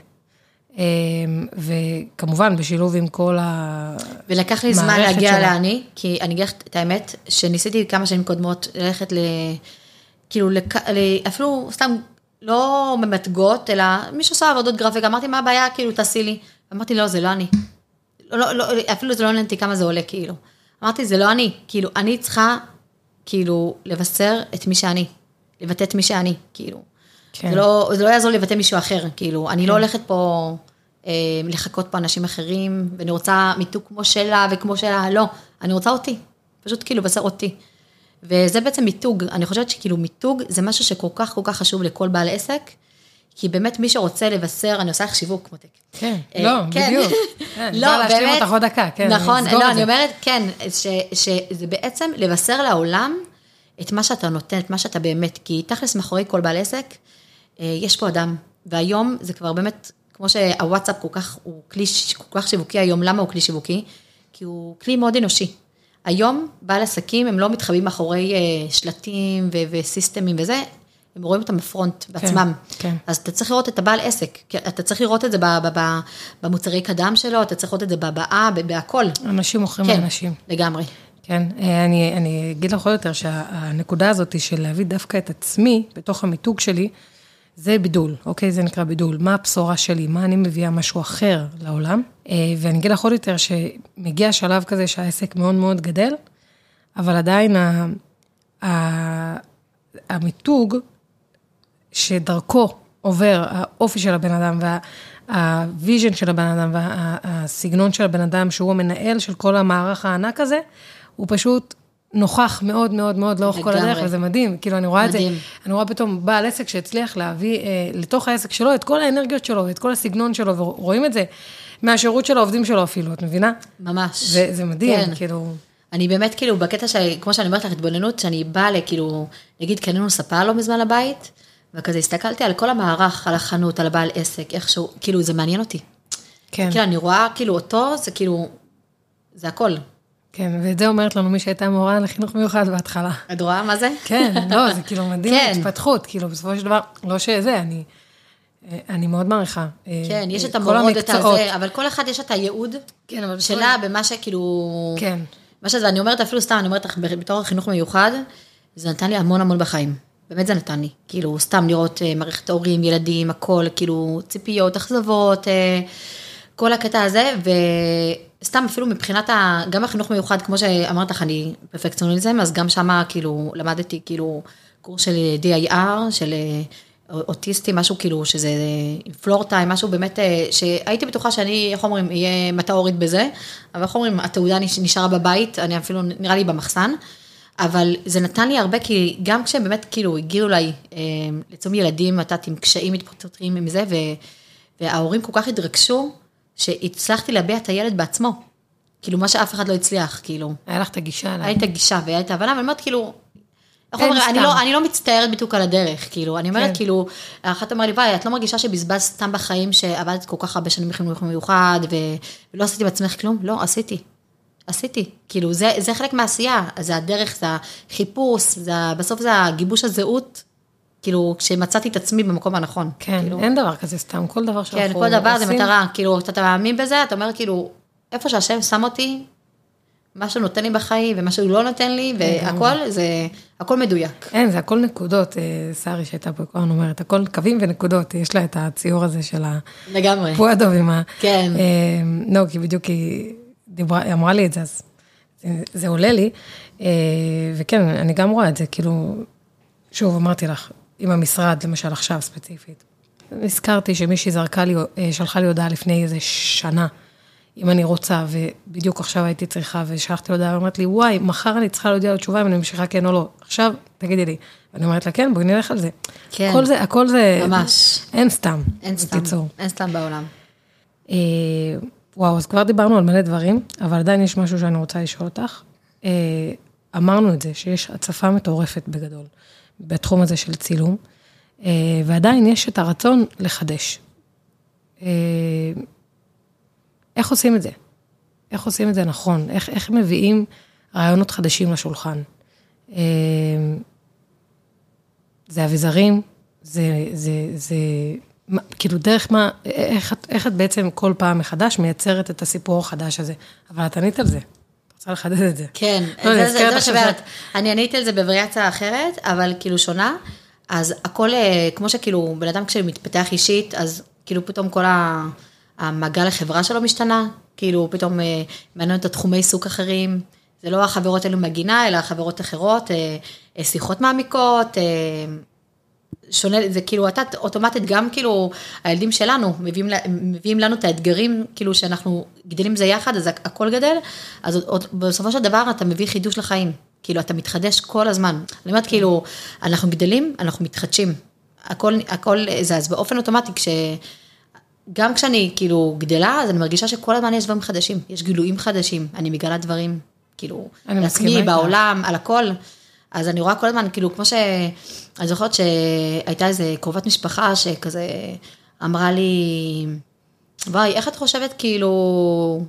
וכמובן בשילוב עם כל המערכת שלה. ולקח לי זמן להגיע לעני, כי אני אגיד את האמת, שניסיתי כמה שנים קודמות ללכת כאילו, אפילו סתם לא ממתגות, אלא מי שעושה עבודות גרפיקה, אמרתי, מה הבעיה, כאילו, תעשי לי. אמרתי, לא, זה לא אני. אפילו זה לא עניינתי כמה זה עולה, כאילו. אמרתי, זה לא אני. כאילו, אני צריכה, כאילו, לבשר את מי שאני. לבטא את מי שאני, כאילו. כן. זה לא יעזור לבטא מישהו אחר, כאילו. אני לא הולכת פה לחכות פה אנשים אחרים, ואני רוצה מיתוג כמו שלה וכמו שלה, לא. אני רוצה אותי. פשוט כאילו, בסר אותי. וזה בעצם מיתוג, אני חושבת שכאילו מיתוג זה משהו שכל כך כל כך חשוב לכל בעל עסק, כי באמת מי שרוצה לבשר, אני עושה לך שיווק מותק. כן, לא, בדיוק. לא, להשלים אותך עוד דקה, כן. נכון, לא, אני אומרת, כן, שזה בעצם לבשר לעולם את מה שאתה נותן, את מה שאתה באמת, כי תכלס מאחורי כל בעל עסק, יש פה אדם, והיום זה כבר באמת, כמו שהוואטסאפ הוא כלי כל כך שיווקי היום, למה הוא כלי שיווקי? כי הוא כלי מאוד אנושי. היום בעל עסקים הם לא מתחבאים מאחורי שלטים וסיסטמים וזה, הם רואים אותם בפרונט בעצמם. כן. אז אתה צריך לראות את הבעל עסק, אתה צריך לראות את זה במוצרי קדם שלו, אתה צריך לראות את זה בבאה, בהכל. אנשים מוכרים לאנשים. לגמרי. כן, אני אגיד לך עוד יותר שהנקודה הזאת של להביא דווקא את עצמי בתוך המיתוג שלי, זה בידול, אוקיי? זה נקרא בידול. מה הבשורה שלי? מה אני מביאה משהו אחר לעולם? ואני אגיד לך עוד יותר שמגיע שלב כזה שהעסק מאוד מאוד גדל, אבל עדיין המיתוג שדרכו עובר האופי של הבן אדם והוויז'ן של הבן אדם והסגנון של הבן אדם שהוא המנהל של כל המערך הענק הזה, הוא פשוט נוכח מאוד מאוד מאוד לאורך כל הדרך, וזה מדהים, כאילו אני רואה את זה, אני רואה פתאום בעל עסק שהצליח להביא לתוך העסק שלו את כל האנרגיות שלו, את כל הסגנון שלו, ורואים את זה מהשירות של העובדים שלו אפילו, את מבינה? ממש. זה מדהים, כאילו. אני באמת כאילו, בקטע כמו שאני אומרת לך, התבוננות, שאני באה לכאילו, נגיד, קנינו ספה לא מזמן לבית, וכזה הסתכלתי על כל המערך, על החנות, על הבעל עסק, איכשהו, כאילו זה מעניין אותי. כן. כאילו אני רואה כאילו אותו, זה כאילו, זה הכל. כן, ואת זה אומרת לנו מי שהייתה מורה לחינוך מיוחד בהתחלה. את רואה מה זה? כן, לא, זה כאילו מדהים התפתחות, כאילו בסופו של דבר, לא שזה, אני מאוד מעריכה. כן, יש את המורות, את הזה, אבל כל אחד יש את הייעוד שלה במה שכאילו... כן. מה שזה, ואני אומרת אפילו סתם, אני אומרת לך, בתור החינוך מיוחד, זה נתן לי המון המון בחיים. באמת זה נתן לי. כאילו, סתם לראות מערכת הורים, ילדים, הכל, כאילו, ציפיות, אכזבות, כל הקטע הזה, וסתם אפילו מבחינת, גם החינוך מיוחד, כמו שאמרת לך, אני פרפקציוניזם, אז גם שמה, כאילו, למדתי, כאילו, קורס של DIR, של אוטיסטי, משהו כאילו, שזה פלורטיים, משהו באמת, שהייתי בטוחה שאני, איך אומרים, יהיה מטאורית בזה, אבל איך אומרים, התעודה נשארה בבית, אני אפילו, נראה לי במחסן, אבל זה נתן לי הרבה, כי גם כשבאמת, כאילו, הגיעו אליי, לצום ילדים, מתת עם קשיים מתפתחים עם זה, וההורים כל כך התרגשו, שהצלחתי להביע את הילד בעצמו, כאילו, מה שאף אחד לא הצליח, כאילו. היה לך את הגישה עליו. היה לי את הגישה, והיה את ההבנה, אבל אני אומרת, כאילו, אני לא מצטערת בדיוק על הדרך, כאילו, אני אומרת, כאילו, אחת אמרה לי, ביי, את לא מרגישה שבזבז סתם בחיים, שעבדת כל כך הרבה שנים בחינוך מיוחד, ולא עשיתי בעצמך כלום? לא, עשיתי, כאילו, זה חלק מהעשייה, זה הדרך, זה החיפוש, בסוף זה הגיבוש הזהות, כאילו, כשמצאתי את עצמי במקום הנכון. כן, אין דבר כזה סתם, כל דבר שאנחנו עושים. כן, כל דבר זה מטרה, כאילו, אתה מאמין בזה, אתה אומר, כאילו, איפה שהשם שם אותי, מה שהוא נותן לי בחיים, ומה שהוא לא נותן לי, והכל, זה, הכל מדויק. אין, זה הכל נקודות, שרי שהייתה פה, אני אומרת, הכל קווים ונקודות, יש לה את הציור הזה של לגמרי. פואדו עם כן. לא, כי בדיוק היא אמרה לי את זה, אז זה עולה לי, וכן, אני גם רואה את זה, כאילו, שוב, אמרתי לך, עם המשרד, למשל עכשיו ספציפית, נזכרתי שמישהי שלחה לי הודעה לפני איזה שנה, אם אני רוצה, ובדיוק עכשיו הייתי צריכה, ושלחתי לו הודעה, ואומרת לי, וואי, מחר אני צריכה להודיע לו תשובה, אם אני ממשיכה כן או לא. עכשיו, תגידי לי. ואני אומרת לה, כן, בואי נלך על זה. כן. הכל זה... ממש. אין סתם. אין סתם. אין סתם בעולם. וואו, אז כבר דיברנו על מלא דברים, אבל עדיין יש משהו שאני רוצה לשאול אותך. אמרנו את זה, שיש הצפה מטורפת בגדול, בתחום הזה של צילום, ועדיין יש את הרצון לחדש. איך עושים את זה? איך עושים את זה נכון? איך מביאים רעיונות חדשים לשולחן? זה אביזרים, זה כאילו דרך מה, איך את בעצם כל פעם מחדש מייצרת את הסיפור החדש הזה? אבל את ענית על זה. את רוצה לחדד את זה. כן, זה מה שבאמת. אני עניתי על זה בווריאציה אחרת, אבל כאילו שונה. אז הכל, כמו שכאילו בן אדם כשמתפתח אישית, אז כאילו פתאום כל המעגל החברה שלו משתנה, כאילו פתאום מעניין את התחומי עיסוק אחרים, זה לא החברות האלו מגינה, אלא החברות אחרות, שיחות מעמיקות, שונה, זה כאילו, אתה אוטומטית גם כאילו, הילדים שלנו מביאים לנו את האתגרים, כאילו שאנחנו גדלים זה יחד, אז הכל גדל, אז בסופו של דבר אתה מביא חידוש לחיים, כאילו אתה מתחדש כל הזמן, אני אומרת כאילו, אנחנו גדלים, אנחנו מתחדשים, הכל זה, אז באופן אוטומטי, גם כשאני כאילו גדלה, אז אני מרגישה שכל הזמן יש דברים חדשים, יש גילויים חדשים, אני מגלה דברים, כאילו, לעצמי, בעולם, על הכל, אז אני רואה כל הזמן, כאילו, כמו אני זוכרת שהייתה איזו קרובת משפחה, שכזה אמרה לי, וואי, איך את חושבת, כאילו,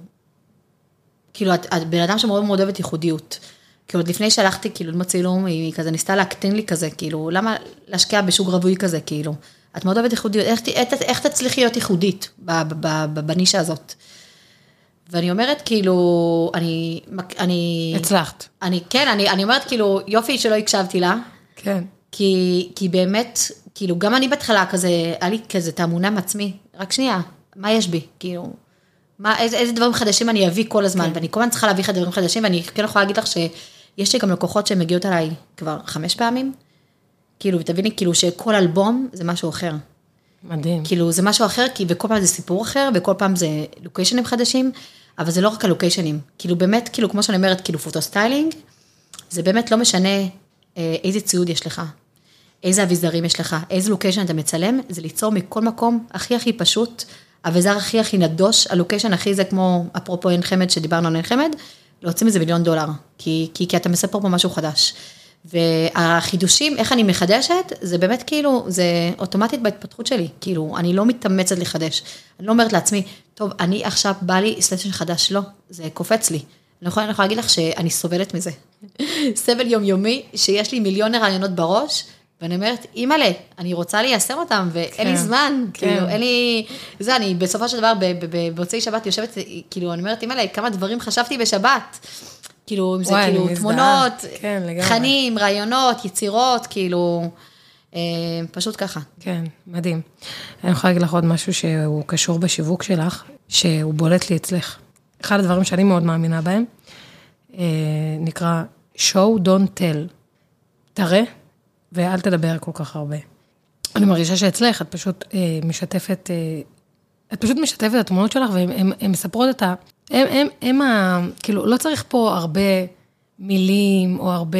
את בן אדם שמאוד מאוד אוהבת ייחודיות, כאילו, עוד לפני שהלכתי, כאילו, ללמוד צילום, היא כזה ניסתה להקטין לי כזה, כאילו, למה להשקיע בשוק רווי כזה, כאילו, את מאוד אוהבת ייחודיות, איך תצליחי להיות ייחודית בנישה הזאת? ואני אומרת, כאילו, אני... הצלחת. אני אומרת, כאילו, יופי שלא הקשבתי לה. כן. כי באמת, כאילו, גם אני בהתחלה כזה, היה לי כזה תאמונה מעצמי, רק שנייה, מה יש בי? כאילו, איזה דברים חדשים אני אביא כל הזמן, ואני כל הזמן צריכה להביא לך דברים חדשים, ואני כן יכולה להגיד לך שיש לי גם לקוחות שהן מגיעות עליי כבר 5 פעמים, כאילו, ותביני, כאילו, שכל אלבום זה משהו אחר. מדהים. כאילו, זה משהו אחר, וכל פעם זה סיפור אחר, וכל פעם זה לוקיישנים חדשים, אבל זה לא רק הלוקיישנים. כאילו, באמת, כאילו, כמו שאני אומרת, כאילו, פוטוסטיילינג, זה באמת לא משנה איזה ציוד יש לך, איזה אביזרים יש לך, איזה לוקיישן אתה מצלם, זה ליצור מכל מקום הכי פשוט, אביזר הכי נדוש, הלוקיישן הכי זה כמו, אפרופו עין חמד, שדיברנו על עין חמד, להוציא מזה $1,000,000, כי אתה מספר פה משהו חדש. והחידושים, איך אני מחדשת, זה באמת כאילו, זה אוטומטית בהתפתחות שלי, כאילו, אני לא מתאמצת לחדש, אני לא אומרת לעצמי, טוב, אני עכשיו בא לי סלשן חדש, לא, זה קופץ לי, אני יכולה להגיד לך שאני סובלת מזה. סבל יומיומי, שיש לי מיליון רעיונות בראש, ואני אומרת, אימא'לה, אני רוצה ליישם אותם, ואין לי זמן, כאילו, אין לי, זה, אני בסופו של דבר, במוצאי שבת יושבת, כאילו, אני אומרת, אימא'לה, כמה דברים חשבתי בשבת, כאילו, אם זה כאילו תמונות, תכנים, רעיונות, יצירות, כאילו, פשוט ככה. כן, מדהים. אני יכולה להגיד לך עוד משהו שהוא קשור בשיווק שלך, שהוא בולט לי אצלך. אחד הדברים שאני מאוד מאמינה בהם, נקרא show, don't tell. תראה, ואל תדבר כל כך הרבה. אני מרגישה שאצלך, את פשוט משתפת, את התמונות שלך, והן מספרות את כאילו, לא צריך פה הרבה מילים, או הרבה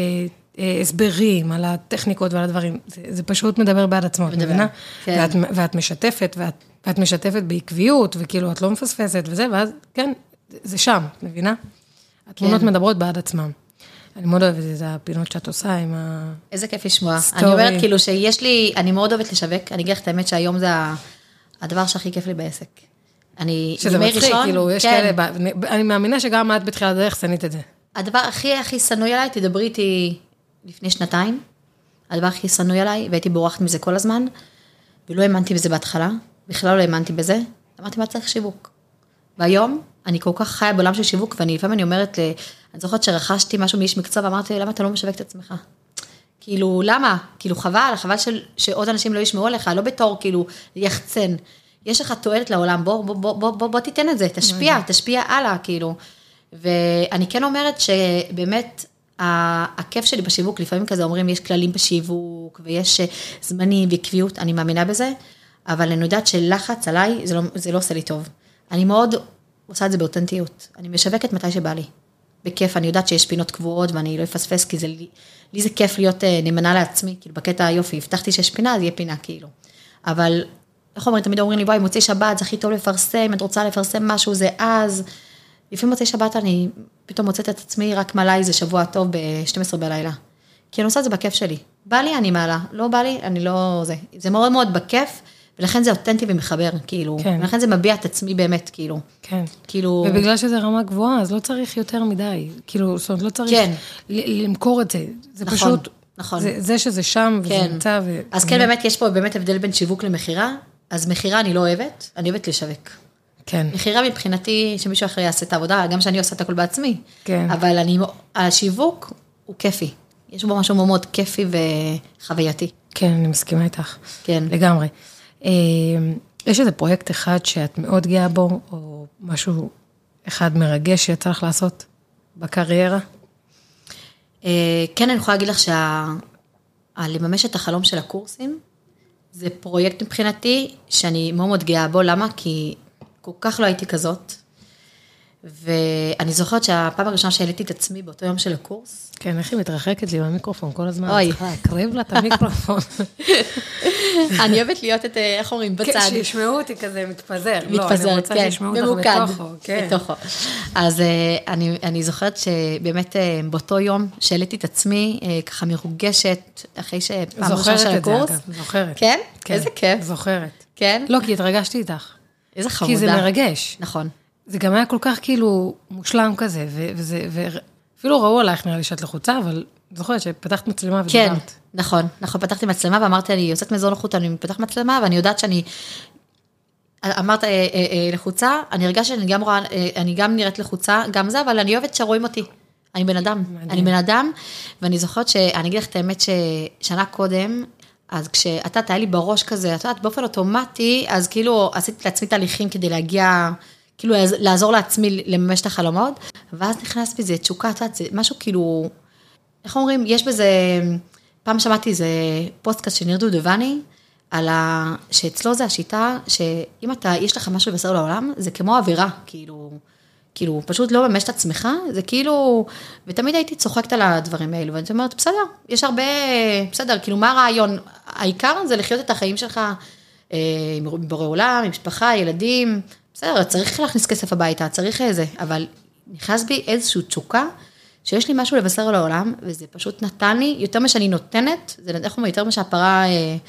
הסברים על הטכניקות ועל הדברים. זה פשוט מדבר בעד עצמו, את מבינה? ואת משתפת בעקביות, וכאילו, את לא מפספסת וזה, ואז, כן, זה שם, מבינה? התמונות מדברות בעד עצמם. אני מאוד אוהבת את הפינות שאת עושה עם ה... איזה כיף לשמוע. אני אומרת כאילו שיש לי, אני מאוד אוהבת לשווק, אני אגיד לך את האמת שהיום זה הדבר שהכי כיף לי בעסק. שזה מצחיק, כאילו, יש כאלה, אני מאמינה שגם את בתחילת הדרך שנית את זה. הדבר הכי שנוי עליי, תדברי איתי לפני שנתיים, הדבר הכי שנוי עליי, והייתי בורחת מזה כל הזמן, ולא האמנתי בזה בהתחלה, בכלל לא האמנתי בזה, אמרתי מה צריך שיווק. והיום אני כל כך חיה בעולם של שיווק, ואני לפעמים אני אומרת, אני זוכרת שרכשתי משהו מאיש מקצוע, ואמרתי, למה אתה לא משווק את עצמך? כאילו, למה? כאילו, חבל שעוד אנשים לא ישמעו עליך, לא בתור, כאילו, יחצן. יש לך תועלת לעולם, בוא תיתן את זה, תשפיע הלאה, כאילו. ואני כן אומרת שבאמת, הכיף שלי בשיווק, לפעמים כזה אומרים, יש כללים בשיווק, ויש זמנים וקביעות, אני מאמינה בזה, אבל אני יודעת שלחץ עליי, זה לא עושה לי טוב. אני מאוד עושה את זה באותנטיות. אני משווקת מתי שבא לי. בכיף, אני יודעת שיש פינות קבועות, ואני לא אפספס, כי לי זה כיף להיות נאמנה לעצמי, כאילו בקטע היופי, הבטחתי שיש פינה, אז יהיה פינה, כאילו. אבל, איך אומרים, תמיד אומרים לי, בואי, מוצאי שבת, זה הכי טוב לפרסם, את רוצה לפרסם משהו, זה אז. לפעמים מוצאי שבת, אני פתאום מוצאת את עצמי, רק מעלה איזה שבוע טוב ב-12 בלילה. כי אני עושה את זה בכיף שלי. בא לי, אני מעלה. לא בא לי, אני לא... זה מאוד מאוד בכיף, ולכן זה אותנטי ומחבר, כאילו. כן. ולכן זה מביע את עצמי באמת, כאילו. כן. כאילו... ובגלל שזה רמה גבוהה, אז לא צריך יותר מדי. כאילו, זאת אומרת, לא צריך כן. למכור את זה. זה נכון, פשוט... נכון. זה שזה שם וזה כן. נמצא ו... אז כן, באמת, יש פה באמת הבדל בין שיווק למחירה. אז מחירה אני לא אוהבת, אני אוהבת לשווק. כן. מחירה מבחינתי, שמישהו אחר יעשה את העבודה, גם שאני עושה את הכל בעצמי. כן. אבל השיווק הוא כיפי. יש בו משהו מאוד כיפי וחווייתי. כן, אני מסכימה איתך. כן. לגמרי. יש איזה פרויקט אחד שאת מאוד גאה בו, או משהו אחד מרגש שיצא לך לעשות בקריירה? כן, אני יכולה להגיד לך לממש את החלום של הקורסים, זה פרויקט מבחינתי שאני מאוד מאוד גאה בו, למה? כי כל כך לא הייתי כזאת, ואני זוכרת שהפעם הראשונה שהעליתי את עצמי באותו יום של הקורס. כן, איך היא מתרחקת לי מהמיקרופון כל הזמן, אני צריכה להקריב לה את המיקרופון. אני אוהבת להיות את, איך אומרים, בצד. כן, שישמעו אותי כזה מתפזר. מתפזר, כן, ממוקד. בתוכו. אז אני זוכרת שבאמת באותו יום שהעליתי את עצמי, ככה מרוגשת, אחרי שפעם ראשונה של הקורס. זוכרת. כן? איזה כיף. זוכרת. כן? לא, כי התרגשתי איתך. איזה חמודה. כי זה מרגש. נכון. זה גם היה כל כך כאילו מושלם כזה, ואפילו ראו עלייך נראה לי שאת לחוצה, אבל זוכרת שפתחת מצלמה ודיברת. כן, נכון, פתחתי מצלמה ואמרתי, אני יוצאת מאזור נוחות, אני פתח מצלמה, ואני יודעת שאני, אמרת לחוצה, אני הרגש שאני גם נראית לחוצה, גם זה, אבל אני אוהבת שרואים אותי. אני בן אדם, ואני זוכרת שאני אגיד לך את האמת ששנה קודם, אז כשאתה תהיה לי בראש כזה, את יודעת, באופן אוטומטי, אז כאילו עשיתי לעצמי תהליכים כדי להגיע, כאילו לעזור לעצמי לממש את החלומות, ואז נכנס בזה תשוקה, את יודעת, זה משהו כאילו, איך אומרים, יש בזה, פעם שמעתי איזה פודקאסט של ניר דודובני, שאצלו זה השיטה, שאם יש לך משהו לבשר לעולם, זה כמו אווירה, כאילו, פשוט לא ממש את עצמך, זה כאילו, ותמיד הייתי צוחקת על הדברים האלו, ואני אומרת, בסדר, יש הרבה, בסדר, כאילו, מה הרעיון? העיקר זה לחיות את החיים שלך, עם בורא עולם, עם משפחה, ילדים, בסדר, צריך להכניס כסף הביתה, צריך איזה, אבל נכנס בי איזושהי תשוקה, שיש לי משהו לבשר לעולם, וזה פשוט נתן לי, יותר מה שאני נותנת, זה איך אומר, יותר מה שהפרה,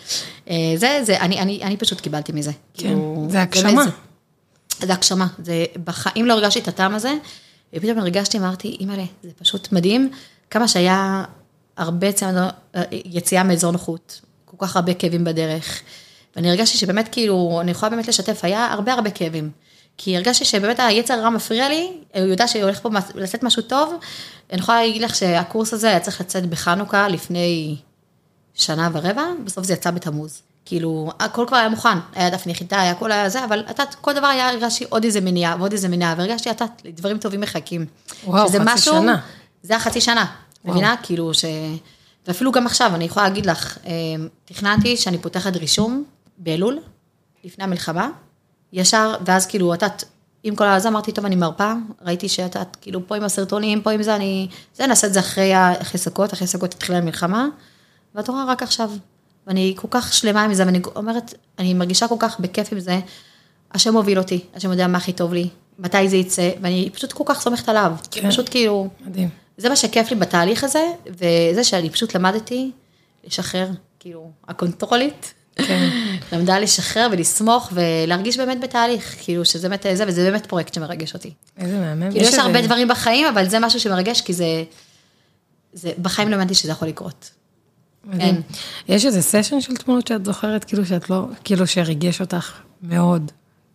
אני פשוט קיבלתי מזה. כן, זה הגשמה. זה הגשמה, בחיים לא הרגשתי את הטעם הזה, ופתאום הרגשתי, אמרתי, אימא'לה, זה פשוט מדהים, כמה שהיה הרבה יציאה מאזור נוחות, כל כך הרבה כאבים בדרך, ואני הרגשתי שבאמת כאילו, אני יכולה באמת לשתף, היה הרבה כאבים, כי הרגשתי שבאמת היצר הרע מפריע לי, הוא יודע שהולך פה לצאת משהו טוב, אני יכולה להגיד לך שהקורס הזה היה צריך לצאת בחנוכה לפני 1.25 שנה, בסוף זה יצא בתמוז. כאילו, הכל כבר היה מוכן, היה דף נחיתה, היה כל זה, אבל כל דבר היה, הרגשתי עוד איזה מניעה, ועוד איזה מניעה, והרגשתי, דברים טובים מחכים. וואו, חצי שנה. זה היה חצי שנה, מבינה? כאילו ואפילו גם עכשיו, אני יכולה להגיד לך, תכננתי שאני פותחת רישום באלול, לפני המלחמה, ישר, ואז כאילו, עם כל הזה אמרתי, טוב, אני מרפאה, ראיתי כאילו, פה עם הסרטונים, פה עם זה, נעשה את זה אחרי סוכות התחילה המלחמה, ואת רואה רק עכשיו, ואני כל כך שלמה עם זה, ואני אומרת, אני מרגישה כל כך בכיף עם זה, השם מוביל אותי, השם יודע מה הכי טוב לי, מתי זה יצא, ואני פשוט כל כך סומכת עליו, כן. פשוט כאילו, מדהים. זה מה שכיף לי בתהליך הזה, וזה שאני פשוט למדתי לשחרר, כאילו, הקונטרולית, כן. למדה לשחרר ולסמוך, ולהרגיש באמת בתהליך, כאילו, שזה באמת זה, וזה באמת פרויקט שמרגש אותי. איזה מהמם. כאילו, יש הרבה דברים בחיים, אבל זה משהו שמרגש, כי זה בחיים לא האמנתי שזה יכול לקרות. מדהים. יש איזה סשן של תמונות שאת זוכרת, כאילו שאת לא, כאילו שריגש אותך מאוד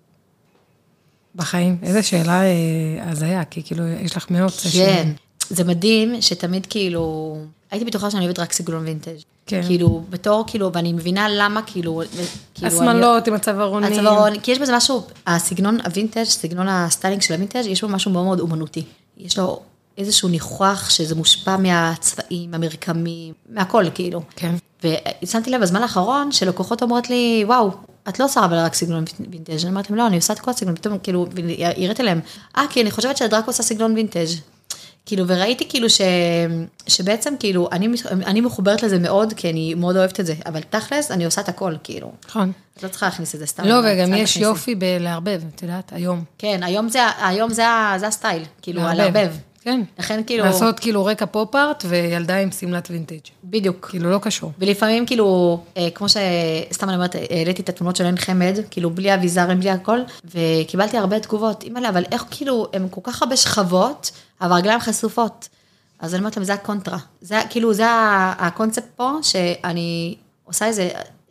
בחיים? איזה שאלה הזיה, כי כאילו יש לך מאות סשן. כן, זה מדהים שתמיד כאילו, הייתי בטוחה שאני אוהבת רק סגנון וינטג'. כן. כאילו, בתור, כאילו, ואני מבינה למה, כאילו, השמלות עם הצווארונים. הצווארון, כי יש בזה משהו, הסגנון הוינטג', סגנון הסטיילינג של הוינטג', יש בו משהו מאוד מאוד אומנותי. יש לו איזשהו ניחוח שזה מושפע מהצבעים, המרקמים, מהכל, כאילו. כן. ושמתי לב בזמן האחרון, שלקוחות אומרות לי, וואו, את לא עושה אבל רק סגנון וינטג'. אני אמרתי להם, לא, אני עושה את כל הסגנון, פתאום, כאילו, והראיתי להם, כי אני חושבת שאת רק עושה סגנון וינטג'. כאילו, וראיתי כאילו שבעצם, כאילו, אני מחוברת לזה מאוד, כי אני מאוד אוהבת את זה, אבל תכלס, אני עושה את הכל, כאילו. נכון. את לא צריכה להכניס את זה סתם. לא, וגם יש יופי בלערבב, את יודעת, היום. כן, היום זה הסטייל, כאילו, הלערבב. כן. לכן כאילו... לעשות כאילו רקע פופ-ארט וילדה עם סמלת וינטג'. בדיוק. כאילו לא קשור. ולפעמים כאילו, כמו שסתם אני אומרת, העליתי את התמונות של עין חמד, כאילו בלי אביזרים, בלי הכל, וקיבלתי הרבה תגובות, אימא'לה, אבל איך כאילו, הם כל כך הרבה שכבות, אבל הרגליים חשופות. אז אני אומרת להם, זה הקונטרה. זה כאילו, זה הקונספט פה, שאני עושה איזה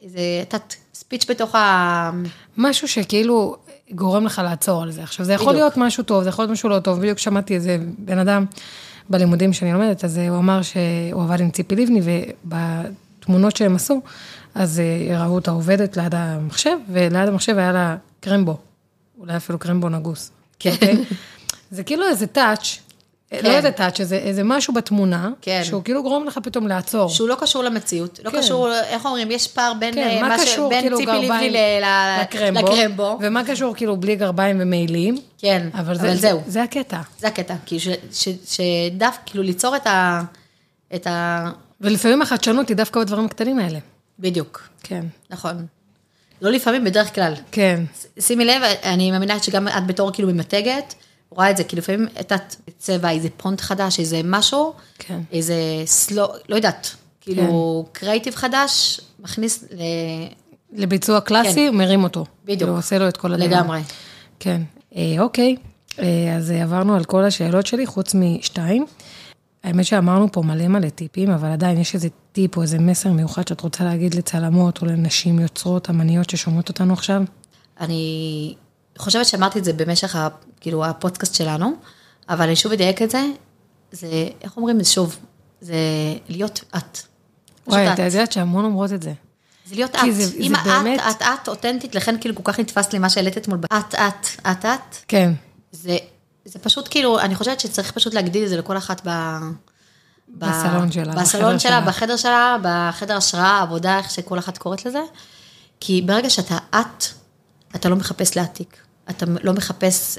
ספיץ' בתוך משהו שכאילו גורם לך לעצור על זה. עכשיו, זה יכול להיות משהו טוב, זה יכול להיות משהו לא טוב. בדיוק שמעתי איזה בן אדם בלימודים שאני לומדת, אז הוא אמר שהוא עבד עם ציפי לבני, ובתמונות שהם עשו, אז ראו אותה עובדת ליד המחשב, וליד המחשב היה לה קרמבו. אולי אפילו קרמבו נגוס. כן. זה כאילו איזה טאץ', לא איזה טאץ', איזה משהו בתמונה, שהוא כאילו גורם לך פתאום לעצור. שהוא לא קשור למציאות, לא קשור, איך אומרים, יש פער בין ציפי לבני לקרמבו. ומה קשור כאילו בלי גרביים ומעילים. כן, אבל זהו. זה הקטע. זה הקטע, שדווקא כאילו ליצור את ה... ולפעמים החדשנות היא דווקא בדברים הקטנים האלה. בדיוק. כן. נכון. לא לפעמים, בדרך כלל. כן. שימי לב, אני מאמינה שגם את בתור כאילו ממתגת, רואה את זה, כי לפעמים את צבע, איזה פונט חדש, איזה משהו, כן. איזה לא יודעת, כאילו קריאיטיב חדש, מכניס לביצוע קלאסי, מרים אותו. בדיוק. כאילו עושה לו את כל הדבר. לגמרי. כן. אוקיי, אז עברנו על כל השאלות שלי, חוץ משתיים. האמת שאמרנו פה מלא טיפים, אבל עדיין יש איזה טיפ או איזה מסר מיוחד שאת רוצה להגיד לצלמות או לנשים יוצרות, אמניות ששומעות אותנו עכשיו? אני חושבת שאמרתי את זה במשך כאילו הפודקאסט שלנו, אבל אני שוב אדייק את זה, זה, איך אומרים שוב, זה להיות את. וואי, אתה יודעת שהמון אומרות את זה. זה להיות את. אם את אותנטית, לכן כאילו כל כך נתפס לי מה שהעלית אתמול. את. כן. זה פשוט כאילו, אני חושבת שצריך פשוט להגדיל את זה לכל אחת בסלון שלה. בסלון שלה, בחדר שלה, בחדר השראה, עבודה, איך שכל אחת קוראת לזה. כי ברגע שאתה אתה לא מחפש להעתיק. אתה לא מחפש,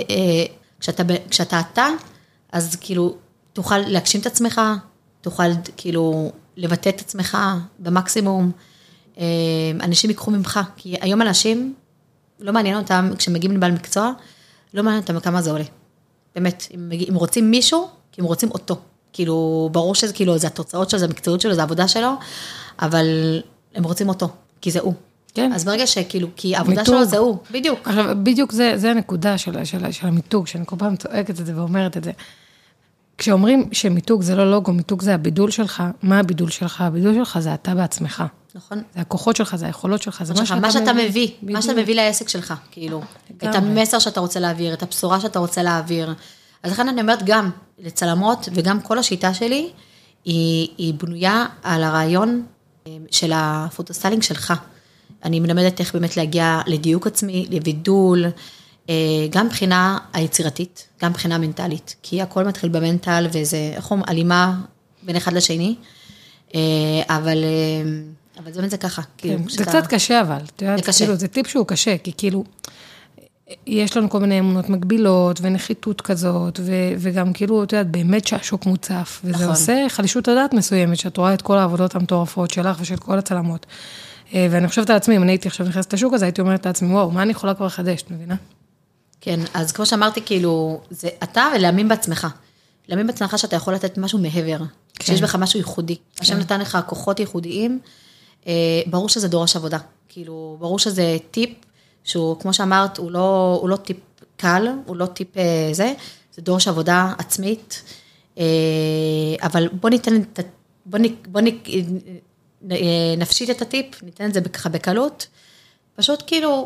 כשאתה אתה, אז כאילו, תוכל להגשים את עצמך, תוכל כאילו לבטא את עצמך במקסימום, אנשים ייקחו ממך, כי היום אנשים, לא מעניין אותם, כשמגיעים לבעל מקצוע, לא מעניין אותם כמה זה עולה. באמת, אם רוצים מישהו, כי הם רוצים אותו. כאילו, ברור שזה כאילו, זה התוצאות שלו, זה המקצועיות שלו, זה העבודה שלו, אבל הם רוצים אותו, כי זה הוא. כן. אז ברגע שכאילו, כי העבודה שלו זה הוא, בדיוק. עכשיו, בדיוק זה הנקודה של המיתוג, שאני כל פעם צועקת את זה ואומרת את זה. כשאומרים שמיתוג זה לא לוגו, מיתוג זה הבידול שלך, מה הבידול שלך? הבידול שלך זה אתה בעצמך. נכון. זה הכוחות שלך, זה היכולות שלך, זה מה שאתה מביא, מה שאתה מביא לעסק שלך, כאילו. את המסר שאתה רוצה להעביר, את הבשורה שאתה רוצה להעביר. אז לכן אני אומרת גם לצלמות, וגם כל השיטה שלי, היא בנויה על הרעיון של הפוטוסטיילינג שלך. אני מלמדת איך באמת להגיע לדיוק עצמי, לבידול, גם מבחינה היצירתית, גם מבחינה מנטלית, כי הכל מתחיל במנטל, וזה הלימה בין אחד לשני, אבל זה באמת זה ככה. זה קצת קשה אבל, זה טיפ שהוא קשה, כי כאילו, יש לנו כל מיני אמונות מגבילות, ונחיתות כזאת, וגם כאילו, אתה יודעת, באמת שהשוק מוצף, וזה עושה חלישות הדעת מסוימת, שאת רואה את כל העבודות המטורפות שלך, ושל כל הצלמות. ואני חושבת על עצמי, אם אני הייתי עכשיו נכנסת לשוק הזה, הייתי אומרת לעצמי, וואו, מה אני יכולה כבר לחדש, מבינה? כן, אז כמו שאמרתי, כאילו, זה אתה ולהאמין בעצמך. להאמין בעצמך שאתה יכול לתת משהו מעבר, שיש בך משהו ייחודי. השם נתן לך כוחות ייחודיים, ברור שזה דורש עבודה. כאילו, ברור שזה טיפ, שהוא, כמו שאמרת, הוא לא טיפ קל, הוא לא טיפ זה דורש עבודה עצמית, אבל בוא נפשית את הטיפ, ניתן את זה ככה בקלות, פשוט כאילו,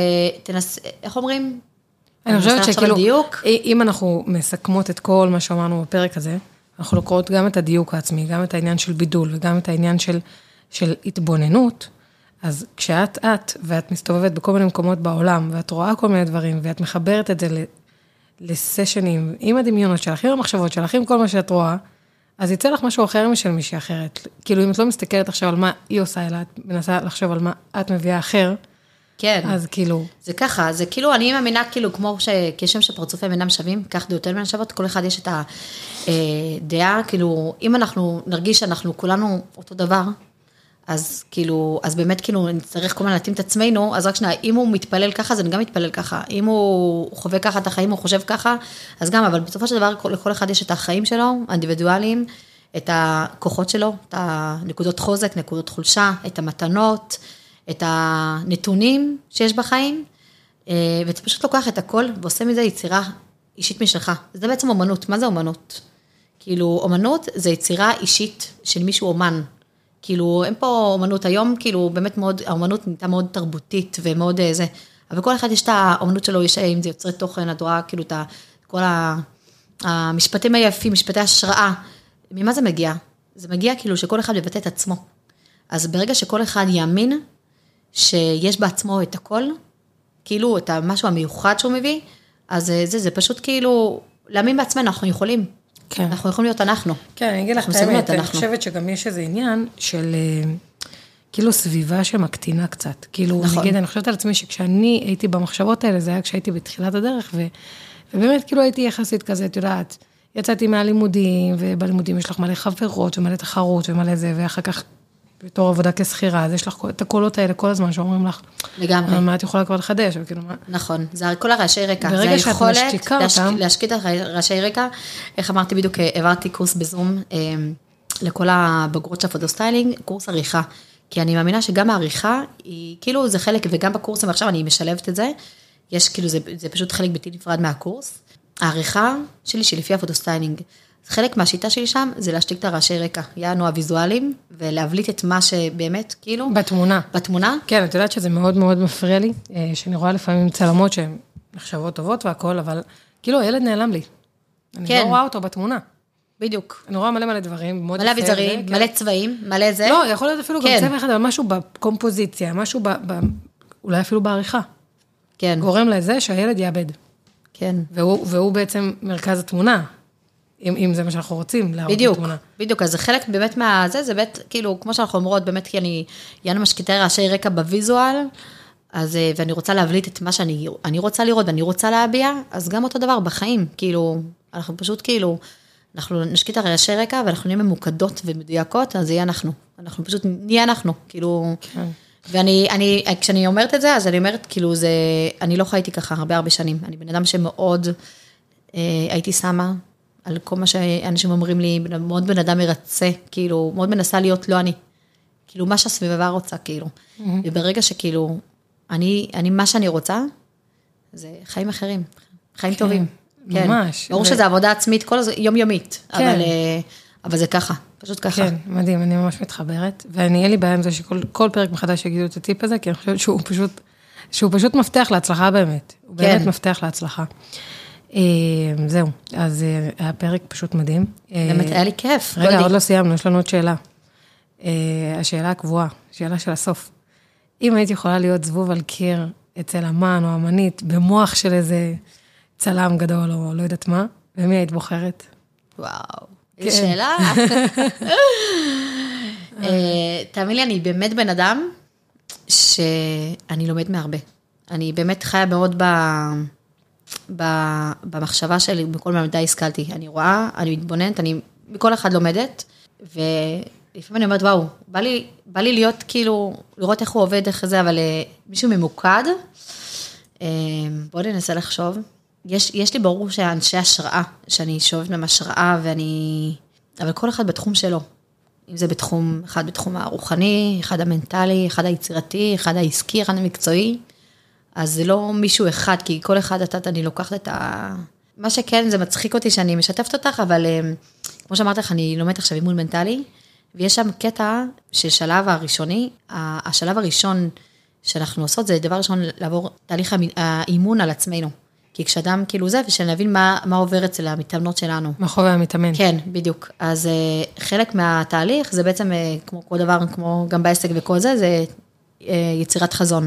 איך אומרים? אני חושבת שכאילו, אם אנחנו מסכמות את כל מה שאמרנו בפרק הזה, אנחנו לוקחות גם את הדיוק העצמי, גם את העניין של בידול, וגם את העניין של התבוננות, אז כשאת ואת מסתובבת בכל מיני מקומות בעולם, ואת רואה כל מיני דברים, ואת מחברת את זה לסשנים, עם הדמיונות שלך, עם המחשבות שלך, עם כל מה שאת רואה, אז יצא לך משהו אחר משל מישהי אחרת. כאילו, אם את לא מסתכלת עכשיו על מה היא עושה, אלא את מנסה לחשוב על מה את מביאה אחר, כן. אז כאילו... זה ככה, זה כאילו, אני מאמינה, כאילו, כמו כשם שפרצופי אינם שווים, כך דעותינו אינן שוות, כל אחד יש את הדעה, כאילו, אם אנחנו נרגיש שאנחנו כולנו אותו דבר, אז כאילו, אז באמת כאילו, נצטרך כל הזמן להתאים את עצמנו, אז רק שנייה, אם הוא מתפלל ככה, אז אני גם מתפלל ככה, אם הוא חווה ככה את החיים, הוא חושב ככה, אז גם, אבל בסופו של דבר, לכל אחד יש את החיים שלו, האינדיבידואליים, את הכוחות שלו, את הנקודות חוזק, נקודות חולשה, את המתנות, את הנתונים שיש בחיים, ואתה פשוט לוקח את הכל, ועושה מזה יצירה אישית משלך. זה בעצם אומנות. מה זה אומנות? כאילו, אומנות זה יצירה אישית של מישהו אומן. כאילו, אין פה אומנות היום, כאילו, באמת מאוד, האומנות נהייתה מאוד תרבותית ומאוד זה. אבל כל אחד יש את האומנות שלו, יש, אם זה יוצרי תוכן, את רואה, כאילו, כל המשפטים היפים, משפטי השראה. ממה זה מגיע? זה מגיע כאילו שכל אחד מבטא את עצמו. אז ברגע שכל אחד יאמין, שיש בעצמו את הכל, כאילו את המשהו המיוחד שהוא מביא, אז זה פשוט כאילו, להאמין בעצמנו, אנחנו יכולים. כן. אנחנו יכולים להיות אנחנו. כן, אני אגיד לך את האמת, אני חושבת שגם יש איזה עניין של, כאילו סביבה שמקטינה קצת. כאילו, נגיד, אני חושבת על עצמי שכשאני הייתי במחשבות האלה, זה היה כשהייתי בתחילת הדרך, ובאמת כאילו הייתי יחסית כזה, את יודעת, יצאתי מהלימודים, ובלימודים יש לך מלא חברות, ומלא תחרות, ומלא זה, ואחר כך בתור עבודה כסחירה, אז יש לך את הקולות האלה כל הזמן שאומרים לך, לגמרי. מה את יכולה כבר לחדש, וכאילו מה? נכון, זה כל הרעשי רקע. ברגע שאת משתיקה אותם. להשקיט את הרעשי רקע, איך אמרתי בדיוק, העברתי קורס בזום, לכל הבגרות של הפוטוסטיילינג, קורס עריכה, כי אני מאמינה שגם העריכה, היא כאילו זה חלק, וגם בקורסים, ועכשיו אני משלבת את זה, יש כאילו, זה פשוט חלק בלתי נפרד מהקורס, העריכה שלי, שלפי הפוטוסטיילינג, חלק מהשיטה שלי שם, זה להשתיק את הרעשי רקע, יענו הוויזואלים, ולהבליט את מה שבאמת, כאילו... בתמונה. בתמונה. כן, את יודעת שזה מאוד מאוד מפריע לי, שאני רואה לפעמים צלמות שהן נחשבות טובות והכל, אבל כאילו הילד נעלם לי. אני לא רואה אותו בתמונה. בדיוק. אני רואה מלא מלא דברים, מלא אביזרים, מלא צבעים, מלא זה. לא, יכול להיות אפילו גם צבע אחד, אבל משהו בקומפוזיציה, משהו אולי אפילו בעריכה. כן. גורם לזה שהילד יאבד. כן. והוא בעצם מרכז התמונה. אם זה מה שאנחנו רוצים, להראות בתמונה. בדיוק, אז זה חלק באמת זה באמת, כאילו, כמו שאנחנו אומרות, באמת, כי יענו משקיטי רעשי רקע בוויזואל, אז, ואני רוצה להבליט את מה שאני רוצה לראות, ואני רוצה להביע, אז גם אותו דבר בחיים, כאילו, אנחנו פשוט כאילו, אנחנו נשקיט רעשי רקע, ואנחנו נהיה ממוקדות ומדויקות, אז זה יהיה אנחנו פשוט נהיה אנחנו, כאילו, כשאני אומרת את זה, אז אני אומרת, כאילו, אני לא חייתי ככה הרבה שנים, אני בן אדם שמאוד הייתי שמה, על כל מה שאנשים אומרים לי, מאוד בן אדם מרצה, כאילו, מאוד מנסה להיות לא אני. כאילו מה שהסביבה רוצה, כאילו. וברגע שכאילו, אני מה שאני רוצה, זה חיים אחרים, חיים טובים. ממש. ברור שזה עבודה עצמית, יומיומית, אבל זה ככה, פשוט ככה. כן, מדהים, אני ממש מתחברת, ואין לי בעיה עם זה שכל פרק מחדש יגידו את הטיפ הזה, כי אני חושבת שהוא פשוט מפתח להצלחה באמת. הוא באמת מפתח להצלחה. זהו, אז היה פרק פשוט מדהים. באמת היה לי כיף. רגע, עוד לא סיימנו, יש לנו עוד שאלה. השאלה הקבועה, שאלה של הסוף. אם הייתי יכולה להיות זבוב על קיר אצל אמן או אמנית, במוח של איזה צלם גדול או לא יודעת מה, ומי היית בוחרת? וואו, איזו שאלה. תאמין לי, אני באמת בן אדם שאני לומד מהרבה. אני באמת חיה מאוד במחשבה שלי, בכל מידע השכלתי. אני רואה, אני מתבוננת, אני מכל אחד לומדת, ולפעמים אני אומרת, וואו, בא לי להיות כאילו, לראות איך הוא עובד, איך זה, אבל מישהו ממוקד, בואו ננסה לחשוב. יש לי ברור שאנשי השראה, שאני שואבת מהם השראה, אבל כל אחד בתחום שלו. אם זה אחד בתחום הרוחני, אחד המנטלי, אחד היצירתי, אחד העסקי, אחד המקצועי, אז זה לא מישהו אחד, כי כל אחד אני לוקחת את מה שכן, זה מצחיק אותי שאני משתפת אותך, אבל כמו שאמרת לך, אני לומדת עכשיו אימון מנטלי, ויש שם קטע של שלב הראשוני, השלב הראשון שאנחנו עושות, זה דבר ראשון לעבור תהליך האימון על עצמנו. כי כשאדם כאילו זה, ושנבין מה עובר אצל המתאמנות שלנו. מחובי המתאמן. כן, בדיוק. אז חלק מהתהליך, זה בעצם כמו כל דבר, כמו גם בעסק וכל זה, זה יצירת חזון.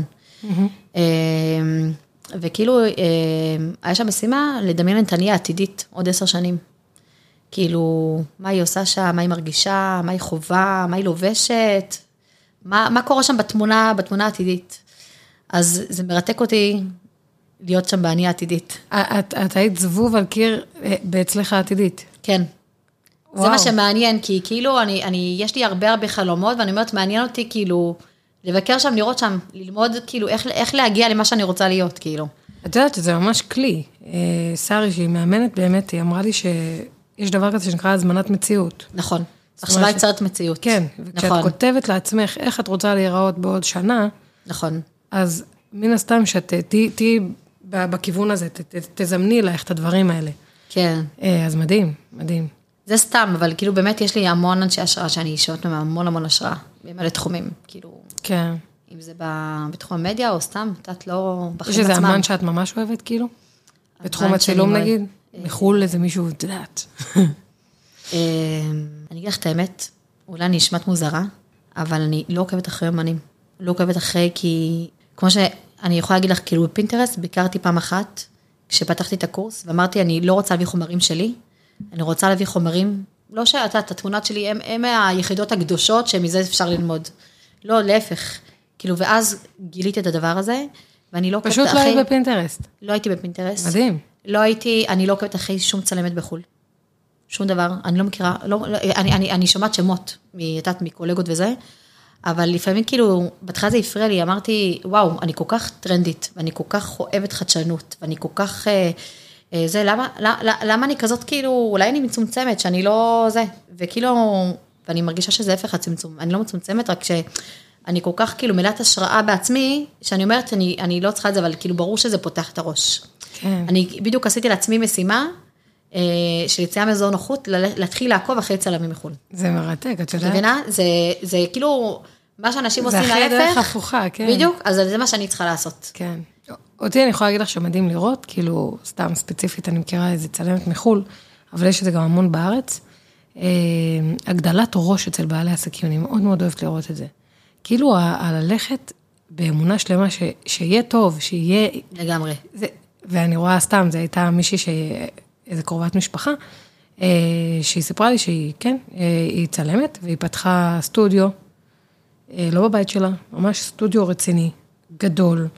וכאילו, היה שם משימה לדמיין את אני העתידית עוד 10 שנים. כאילו, מה היא עושה שם, מה היא מרגישה, מה היא חובה, מה היא לובשת, מה קורה שם בתמונה העתידית. אז זה מרתק אותי להיות שם בעני העתידית. את היית זבוב על קיר באצלך העתידית. כן. זה מה שמעניין, כי כאילו, יש לי הרבה חלומות, ואני אומרת, מעניין אותי כאילו, לבקר שם, לראות שם, ללמוד כאילו, איך להגיע למה שאני רוצה להיות, כאילו. את יודעת שזה ממש כלי. שרי, שהיא מאמנת באמת, היא אמרה לי שיש דבר כזה שנקרא הזמנת מציאות. נכון. מחשבה יצרת מציאות. כן. וכשאת כותבת לעצמך איך את רוצה להיראות בעוד שנה, נכון. אז מן הסתם שאת תהיי בכיוון הזה, תזמני לך את הדברים האלה. כן. אז מדהים, מדהים. זה סתם, אבל כאילו באמת יש לי המון אנשי השראה שאני שואבת מהם המון השראה, במלא תחומים, כאילו. כן. אם זה בתחום המדיה או סתם, את לא בחיים עצמם. יש איזה אמן שאת ממש אוהבת, כאילו? בתחום הצילום נגיד? מחול איזה מישהו, את יודעת. אני אגיד לך את האמת, אולי אני נשמעת מוזרה, אבל אני לא עוקבת אחרי אמנים. לא עוקבת אחרי כי, כמו שאני יכולה להגיד לך, כאילו בפינטרסט, ביקרתי פעם אחת, כשפתחתי את הקורס, ואמרתי, אני לא רוצה להביא חומרים שלי, אני רוצה להביא חומרים, לא את התמונות שלי, הם היחידות הקדושות, שמזה אפשר ללמוד. לא, להפך. כאילו, ואז גיליתי את הדבר הזה, ואני לא עוקבת אחרי... פשוט לא היית בפינטרסט. לא הייתי בפינטרסט. מדהים. אני לא עוקבת אחרי שום צלמת בחול. שום דבר. אני לא מכירה, אני שומעת שמות, מקולגות וזה, אבל לפעמים כאילו, בתחילה זה הפריע לי, אמרתי, וואו, אני כל כך טרנדית, ואני כל כך אוהבת חדשנות, ואני כל כך... זה, למה אני כזאת כאילו, אולי אני מצומצמת, שאני לא זה, וכאילו, ואני מרגישה שזה הפך הצמצום, אני לא מצומצמת, רק שאני כל כך כאילו מילאת השראה בעצמי, שאני אומרת, אני לא צריכה את זה, אבל כאילו ברור שזה פותח את הראש. כן. אני בדיוק עשיתי לעצמי משימה, של יציאה מאזור נוחות, להתחיל לעקוב אחרי צלמים מחול. זה מרתק, את יודעת? מבינה? זה כאילו, מה שאנשים עושים להפך. זה אחרי דרך הפוכה, כן. בדיוק, אז זה מה שאני צריכה לעשות. כן. אותי אני יכולה להגיד לך שמדהים לראות, כאילו, סתם ספציפית, אני מכירה איזה צלמת מחול, אבל יש את זה גם המון בארץ. הגדלת ראש אצל בעלי עסקים, אני מאוד מאוד אוהבת לראות את זה. כאילו, הללכת באמונה שלמה, שיהיה טוב, שיהיה... לגמרי. ואני רואה סתם, זה הייתה מישהי איזו קרובת משפחה, שהיא סיפרה לי שהיא, כן, היא צלמת, והיא פתחה סטודיו, לא בבית שלה, ממש סטודיו רציני, גדול,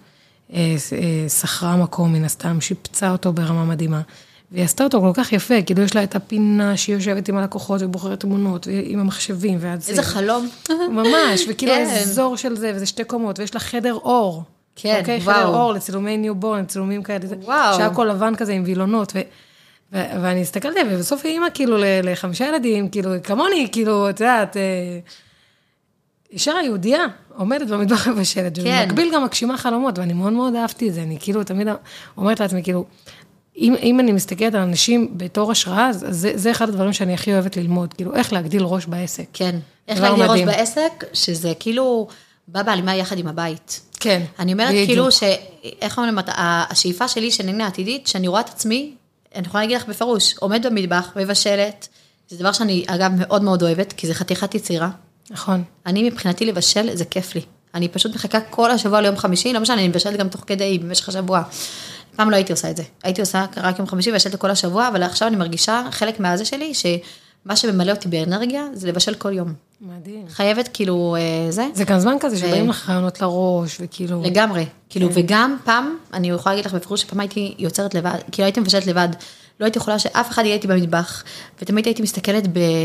שכרה מקום מן הסתם, שיפצה אותו ברמה מדהימה, והיא עשתה אותו כל כך יפה, כאילו יש לה את הפינה שהיא יושבת עם הלקוחות ובוחרת תמונות, עם המחשבים ועד זה. איזה חלום. ממש, וכאילו האזור של זה, וזה 2 קומות, ויש לה חדר אור. כן, וואו. חדר אור לצילומי ניובורן, צילומים כאלה, שהכל לבן כזה עם וילונות, ואני הסתכלתי, ובסוף היא אימא כאילו ל5 ילדים, כאילו כמוני, כאילו, את יודעת, אישה היהודייה עומדת במטבח מבשלת, ובמקביל גם מגשימה חלומות, ואני מאוד מאוד אהבתי את זה, אני כאילו תמיד אומרת לעצמי, כאילו, אם אני מסתכלת על אנשים בתור השראה, אז זה אחד הדברים שאני הכי אוהבת ללמוד, כאילו, איך להגדיל ראש בעסק. כן, איך להגדיל ראש בעסק, שזה כאילו בא בהלימה יחד עם הבית. כן. אני אומרת כאילו איך אומרים, השאיפה שלי שנהנה עתידית, שאני רואה את עצמי, אני יכולה להגיד לך בפירוש, עומד במטבח, מבשלת, זה דבר שאני אגב מאוד מאוד אוהבת, כי זה חתיכת יצירה. נכון. אני מבחינתי לבשל, זה כיף לי. אני פשוט מחכה כל השבוע ליום חמישי, לא משנה, אני מבשלת גם תוך כדי במשך השבוע. פעם לא הייתי עושה את זה. הייתי עושה רק יום חמישי ובשלת כל השבוע, אבל עכשיו אני מרגישה חלק מהזה שלי, שמה שממלא אותי באנרגיה, זה לבשל כל יום. מדהים. חייבת כאילו זה. זה גם זמן כזה שבאים לך רעיונות לראש, וכאילו... לגמרי. כאילו, וגם פעם, אני יכולה להגיד לך בפירוש שפעם הייתי יוצרת לבד, כאילו הייתי מבשלת לבד, לא הייתי יכולה שאף אחד יהיה איתי במטבח, ותמיד הייתי מסתכלת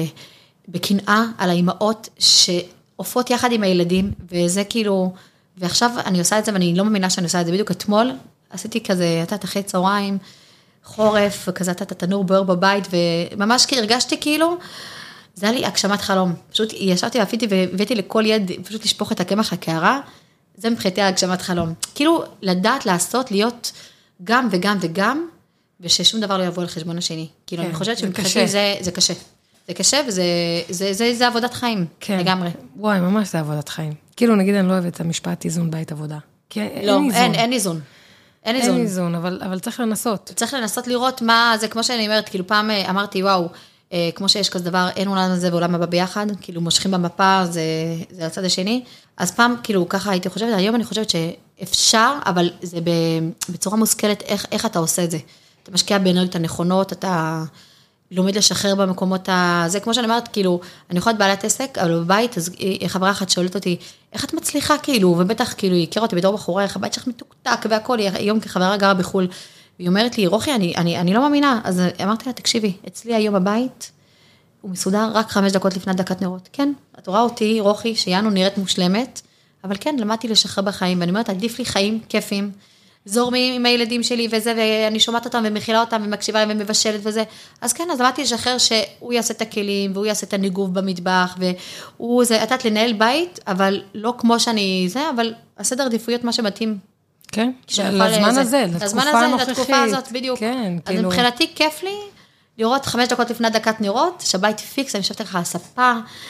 בקנאה על האימהות שעופות יחד עם הילדים, וזה כאילו, ועכשיו אני עושה את זה, ואני לא מאמינה שאני עושה את זה, בדיוק אתמול, עשיתי כזה, אחרי צהריים, חורף, וכזה את התנור בוער בבית, וממש הרגשתי כאילו, זה היה לי הגשמת חלום, פשוט ישבתי ואפיתי והבאתי לכל ילד, פשוט לשפוך את הקמח הקערה, זה מבחינתי הגשמת חלום. כאילו, לדעת לעשות, להיות גם וגם וגם, וששום דבר לא יבוא על חשבון השני. כאילו, אני חושבת שמבחינתי זה קשה. זה קשה, וזה עבודת חיים, לגמרי. וואי, ממש זה עבודת חיים. כאילו, נגיד, אני לא אוהבת את המשפט איזון בית עבודה. לא, אין איזון. אין איזון, אבל צריך לנסות. צריך לנסות לראות מה, זה כמו שאני אומרת, כאילו, פעם אמרתי, וואו, כמו שיש כזה דבר, אין עולם הזה ועולם הבא ביחד, כאילו מושכים במפה, זה הצד השני, אז פעם, כאילו, ככה הייתי חושבת, היום אני חושבת שאפשר, אבל זה בצורה מושכלת, איך אתה עושה את זה. אתה משקיע באנרגיות הנכונות, אתה לומד לשחרר במקומות זה כמו שאני אומרת, כאילו, אני יכולה להיות בעלת עסק, אבל בבית, אז חברה אחת שואלת אותי, איך את מצליחה, כאילו, ובטח, כאילו, היא הכירה אותי בתור בחורה, איך הבית שלך מתוקתק והכל, היום כחברה גרה בחול, והיא אומרת לי, רוחי, אני לא מאמינה, אז אמרתי לה, תקשיבי, אצלי היום בבית, הוא מסודר רק 5 דקות לפני דקת נרות. כן, את רואה אותי, רוחי, שיאנו נראית מושלמת, אבל כן, למדתי לשחרר בחיים, ואני אומרת, עדיף לי חיים כיפים, זורמים עם הילדים שלי וזה, ואני שומעת אותם ומכילה אותם ומקשיבה להם ומבשלת וזה, אז כן, אז למדתי לשחרר שהוא יעשה את הכלים, והוא יעשה את הניגוב במטבח, והוא זה, אתה לנהל בית, אבל לא כמו שאני זה, אבל הסדר עדיפויות מה שמתאים. כן, לזמן הזה, לתקופה הזאת, בדיוק. אז מבחינתי כיף לי, לראות 5 דקות לפני דקת נרות, שהבית פיקס, אני חושבת לך על הספה,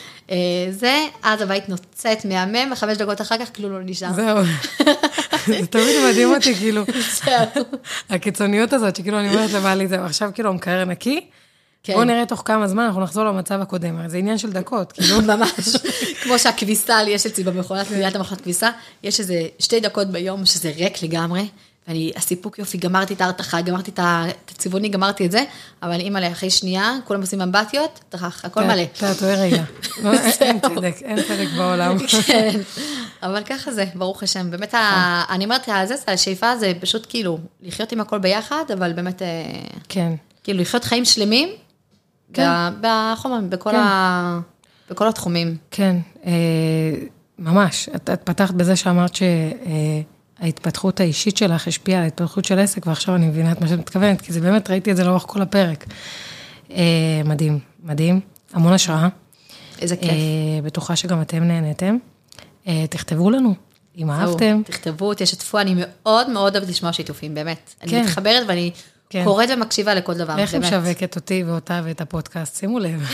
אז הבית נוצאת מהמם, ו5 דקות אחר כך כאילו לא נשאר. זהו. זה תמיד מדהים אותי, כאילו. הקיצוניות הזאת, שכאילו אני אומרת לבעלי, זהו, עכשיו כאילו המקרר נקי, בואו נראה תוך כמה זמן, אנחנו נחזור למצב הקודם, זה עניין של דקות, כאילו. ממש, כמו שהכביסה, יש אצלי במכונת, מביאת המכונת כביסה, יש איזה 2 דקות ביום, שזה ריק לגמרי, ואני, הסיפוק יופי, גמרתי את ההרתחה, גמרתי את הצבעוני, גמרתי את זה, אבל אימא אחרי שנייה, כולם עושים אמבטיות, תרח, הכל מלא. אתה טועה רגע. אין צדק, אין צדק בעולם. כן, אבל ככה זה, ברוך השם. באמת, אני אומרת, השאיפה זה פשוט כאילו, לחיות עם הכל ביחד, אבל באמת, כאילו, לחיות חיים שלמים, בכל התחומים. כן, ממש. את פתחת בזה שאמרת ההתפתחות האישית שלך השפיעה על ההתפתחות של עסק, ועכשיו אני מבינה את מה שאת מתכוונת, כי זה באמת, ראיתי את זה לאורך כל הפרק. מדהים, מדהים, המון השראה. איזה כיף. בטוחה שגם אתם נהנתם. תכתבו לנו, אם אהבתם. תכתבו, תשתפו, אני מאוד מאוד אוהבת לשמוע שיתופים, באמת. אני מתחברת ואני קוראת ומקשיבה לכל דבר. איך משווקת אותי ואותה ואת הפודקאסט, שימו לב.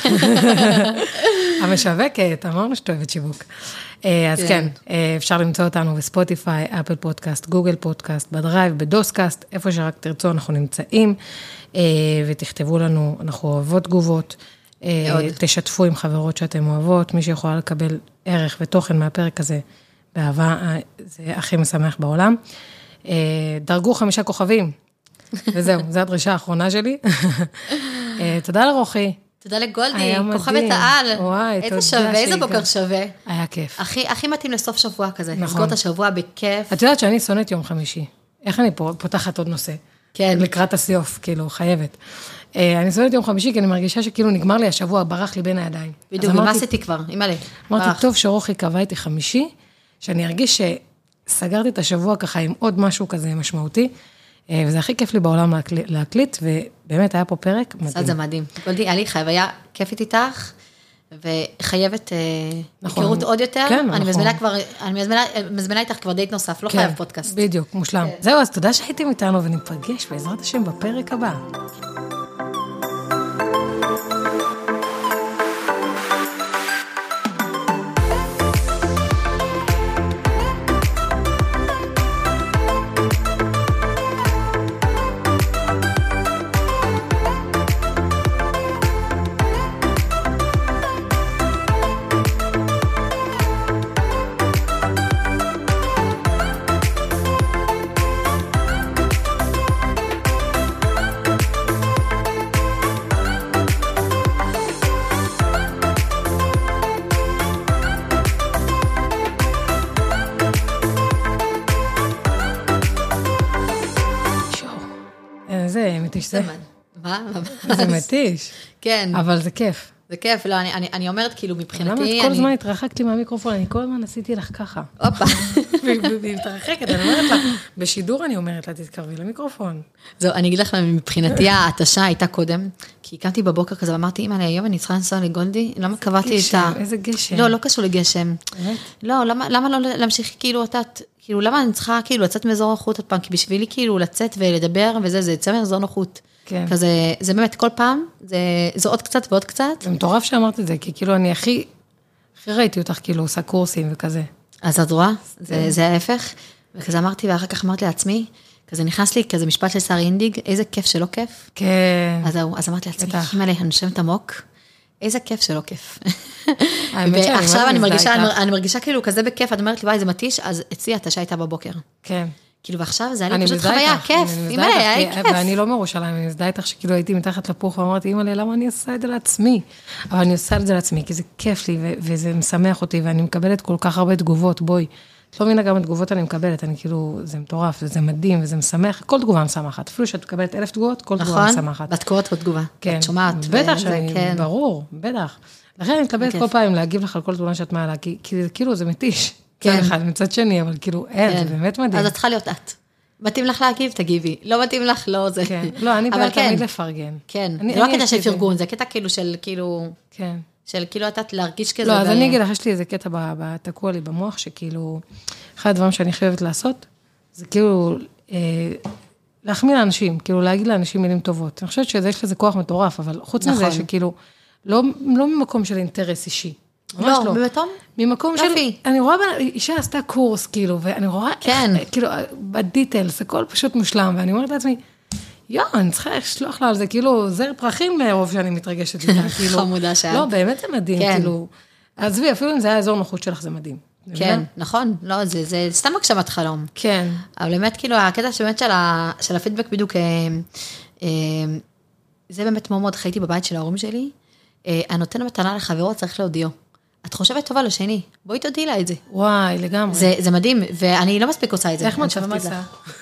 המשווקת, אמרנו שאת אוהבת שיווק. אז כן, אפשר למצוא אותנו בספוטיפיי, אפל פודקאסט, גוגל פודקאסט, בדרייב, בדוסקאסט, איפה שרק תרצו אנחנו נמצאים, ותכתבו לנו, אנחנו אוהבות תגובות, תשתפו עם חברות שאתם אוהבות, מי שיכולה לקבל ערך ותוכן מהפרק הזה, באהבה, זה הכי משמח בעולם. דרגו 5 כוכבים, וזהו, זו הדרישה האחרונה שלי. תודה לרוחי. תודה לגולדי, כוכבת העל. וואי, איזה שווה, איזה בוקר שווה. היה כיף. הכי מתאים לסוף שבוע כזה. לסגור את השבוע בכיף. את יודעת שאני שונאת יום חמישי. איך אני פותחת עוד נושא? כן. לקראת הסיוף, כאילו, חייבת. אני שונאת יום חמישי, כי אני מרגישה שכאילו נגמר לי השבוע, ברח לי בין הידיים. בדיוק, ומה עשיתי כבר? אימא'לה. אמרתי, טוב שרוחי קבעה איתי חמישי, שאני ארגיש שסגרתי את השבוע ככה עם עוד משהו כזה משמעותי, וזה הכי כיף לי בעולם להקליט, ובאמת היה פה פרק מדהים. זה מדהים. גולדי, היה לי חוויה כיפית איתך, וחייבת היכרות עוד יותר. כן, אני מזמינה איתך כבר דייט נוסף, לא חייב פודקאסט. בדיוק, מושלם. זהו, אז תודה שהייתם איתנו, ונפגש בעזרת השם בפרק הבא. זה מתיש זה. מה? זה מתיש. כן. אבל זה כיף. זה כיף, לא, אני אומרת כאילו מבחינתי... למה את כל הזמן התרחקת לי מהמיקרופון? אני כל הזמן עשיתי לך ככה. הופה. והיא מתרחקת, אני אומרת לה, בשידור אני אומרת לה, תתקרבי למיקרופון. זהו, אני אגיד לך, מבחינתי ההתשה הייתה קודם, כי הקמתי בבוקר כזה, ואמרתי, אמא, היום אני צריכה לנסוע לגולדי, למה קבעתי את ה... איזה גשם. לא קשור לגשם. לא, למה לא להמשיך כאילו כאילו, למה אני צריכה כאילו לצאת מאזור נוחות עוד פעם, כי בשבילי כאילו לצאת ולדבר וזה, זה יצא מאזור נוחות. כן. כזה, זה באמת כל פעם, זה עוד קצת ועוד קצת. זה מטורף שאמרת את זה, כי כאילו אני הכי ראיתי אותך כאילו עושה קורסים וכזה. אז את רואה, זה ההפך, וכזה אמרתי, ואחר כך אמרתי לעצמי, כזה נכנס לי כזה משפט של שרי אינדיג, איזה כיף שלא כיף. כן. אז זהו, אז אמרתי לעצמי, אימא'לה, אני נושמת עמוק, איזה כיף שלא כיף. האמת שאני ועכשיו אני מרגישה כאילו כזה בכיף, את אומרת לי, וואי, זה מתיש, אז אצלי התשה הייתה בבוקר. כן. כאילו, ועכשיו זה היה לי פשוט חוויה, כיף, אימא'לה, היה כיף. ואני לא מירושלים, אני מזדהה איתך שכאילו הייתי מתחת לפוך, ואמרתי, אימא'לה, למה אני עושה את זה לעצמי? אבל אני עושה את זה לעצמי, כי זה כיף לי, וזה משמח אותי, ואני מקבלת כל כך הרבה תגובות, בואי. לא מבינה גם התגובות אני מקבלת, אני כאילו, זה מטורף, וזה מדהים, וזה משמח, כל תגובה משמחת, אפילו שאת מקבלת 1000 תגובות, כל תגובה משמחת. נכון, בתגובות בתגובה, את שומעת. בטח שאני, ברור, בטח. לכן אני מתלבט כל פעם להגיב לך על כל תגובה שאת מעלה, כי כאילו זה מתיש, מצד אחד, מצד שני, אבל כאילו, זה באמת מדהים. אז את צריכה להיות את. מתאים לך להגיב, תגיבי. לא מתאים לך, לא זה. לא, אני בעד תמיד לפרגן. כן, זה לא הקטע של פרגון, זה הקטע כאילו של כאילו... כן. של כאילו אתה להרגיש כזה... לא, אז אני אגיד לך, יש לי איזה קטע תקוע לי במוח, שכאילו, אחד הדברים שאני חייבת לעשות, זה כאילו, להחמיא לאנשים, כאילו להגיד לאנשים מילים טובות. אני חושבת שיש לזה כוח מטורף, אבל חוץ מזה שכאילו, לא ממקום של אינטרס אישי. לא, במתום? ממקום של... אני רואה, אישה עשתה קורס, כאילו, ואני רואה, כאילו, בדיטלס, הכל פשוט מושלם, ואני אומרת לעצמי, אני צריכה לשלוח לה על זה, כאילו, זר פרחים מרוב שאני מתרגשת איתה, כאילו. חמודה שאת. לא, באמת זה מדהים, כאילו. עזבי, אפילו אם זה היה אזור נוחות שלך, זה מדהים. כן, נכון, לא, זה סתם הגשמת חלום. כן. אבל באמת, כאילו, הקטע שבאמת של הפידבק בדיוק, זה באמת מאוד מאוד חייתי בבית של ההורים שלי, הנותן מתנה לחברות צריך להודיעו. את חושבת טובה לשני, בואי תודיעי לה את זה. וואי, לגמרי. זה מדהים, ואני לא מספיק עושה את זה. איך מצב טיסה?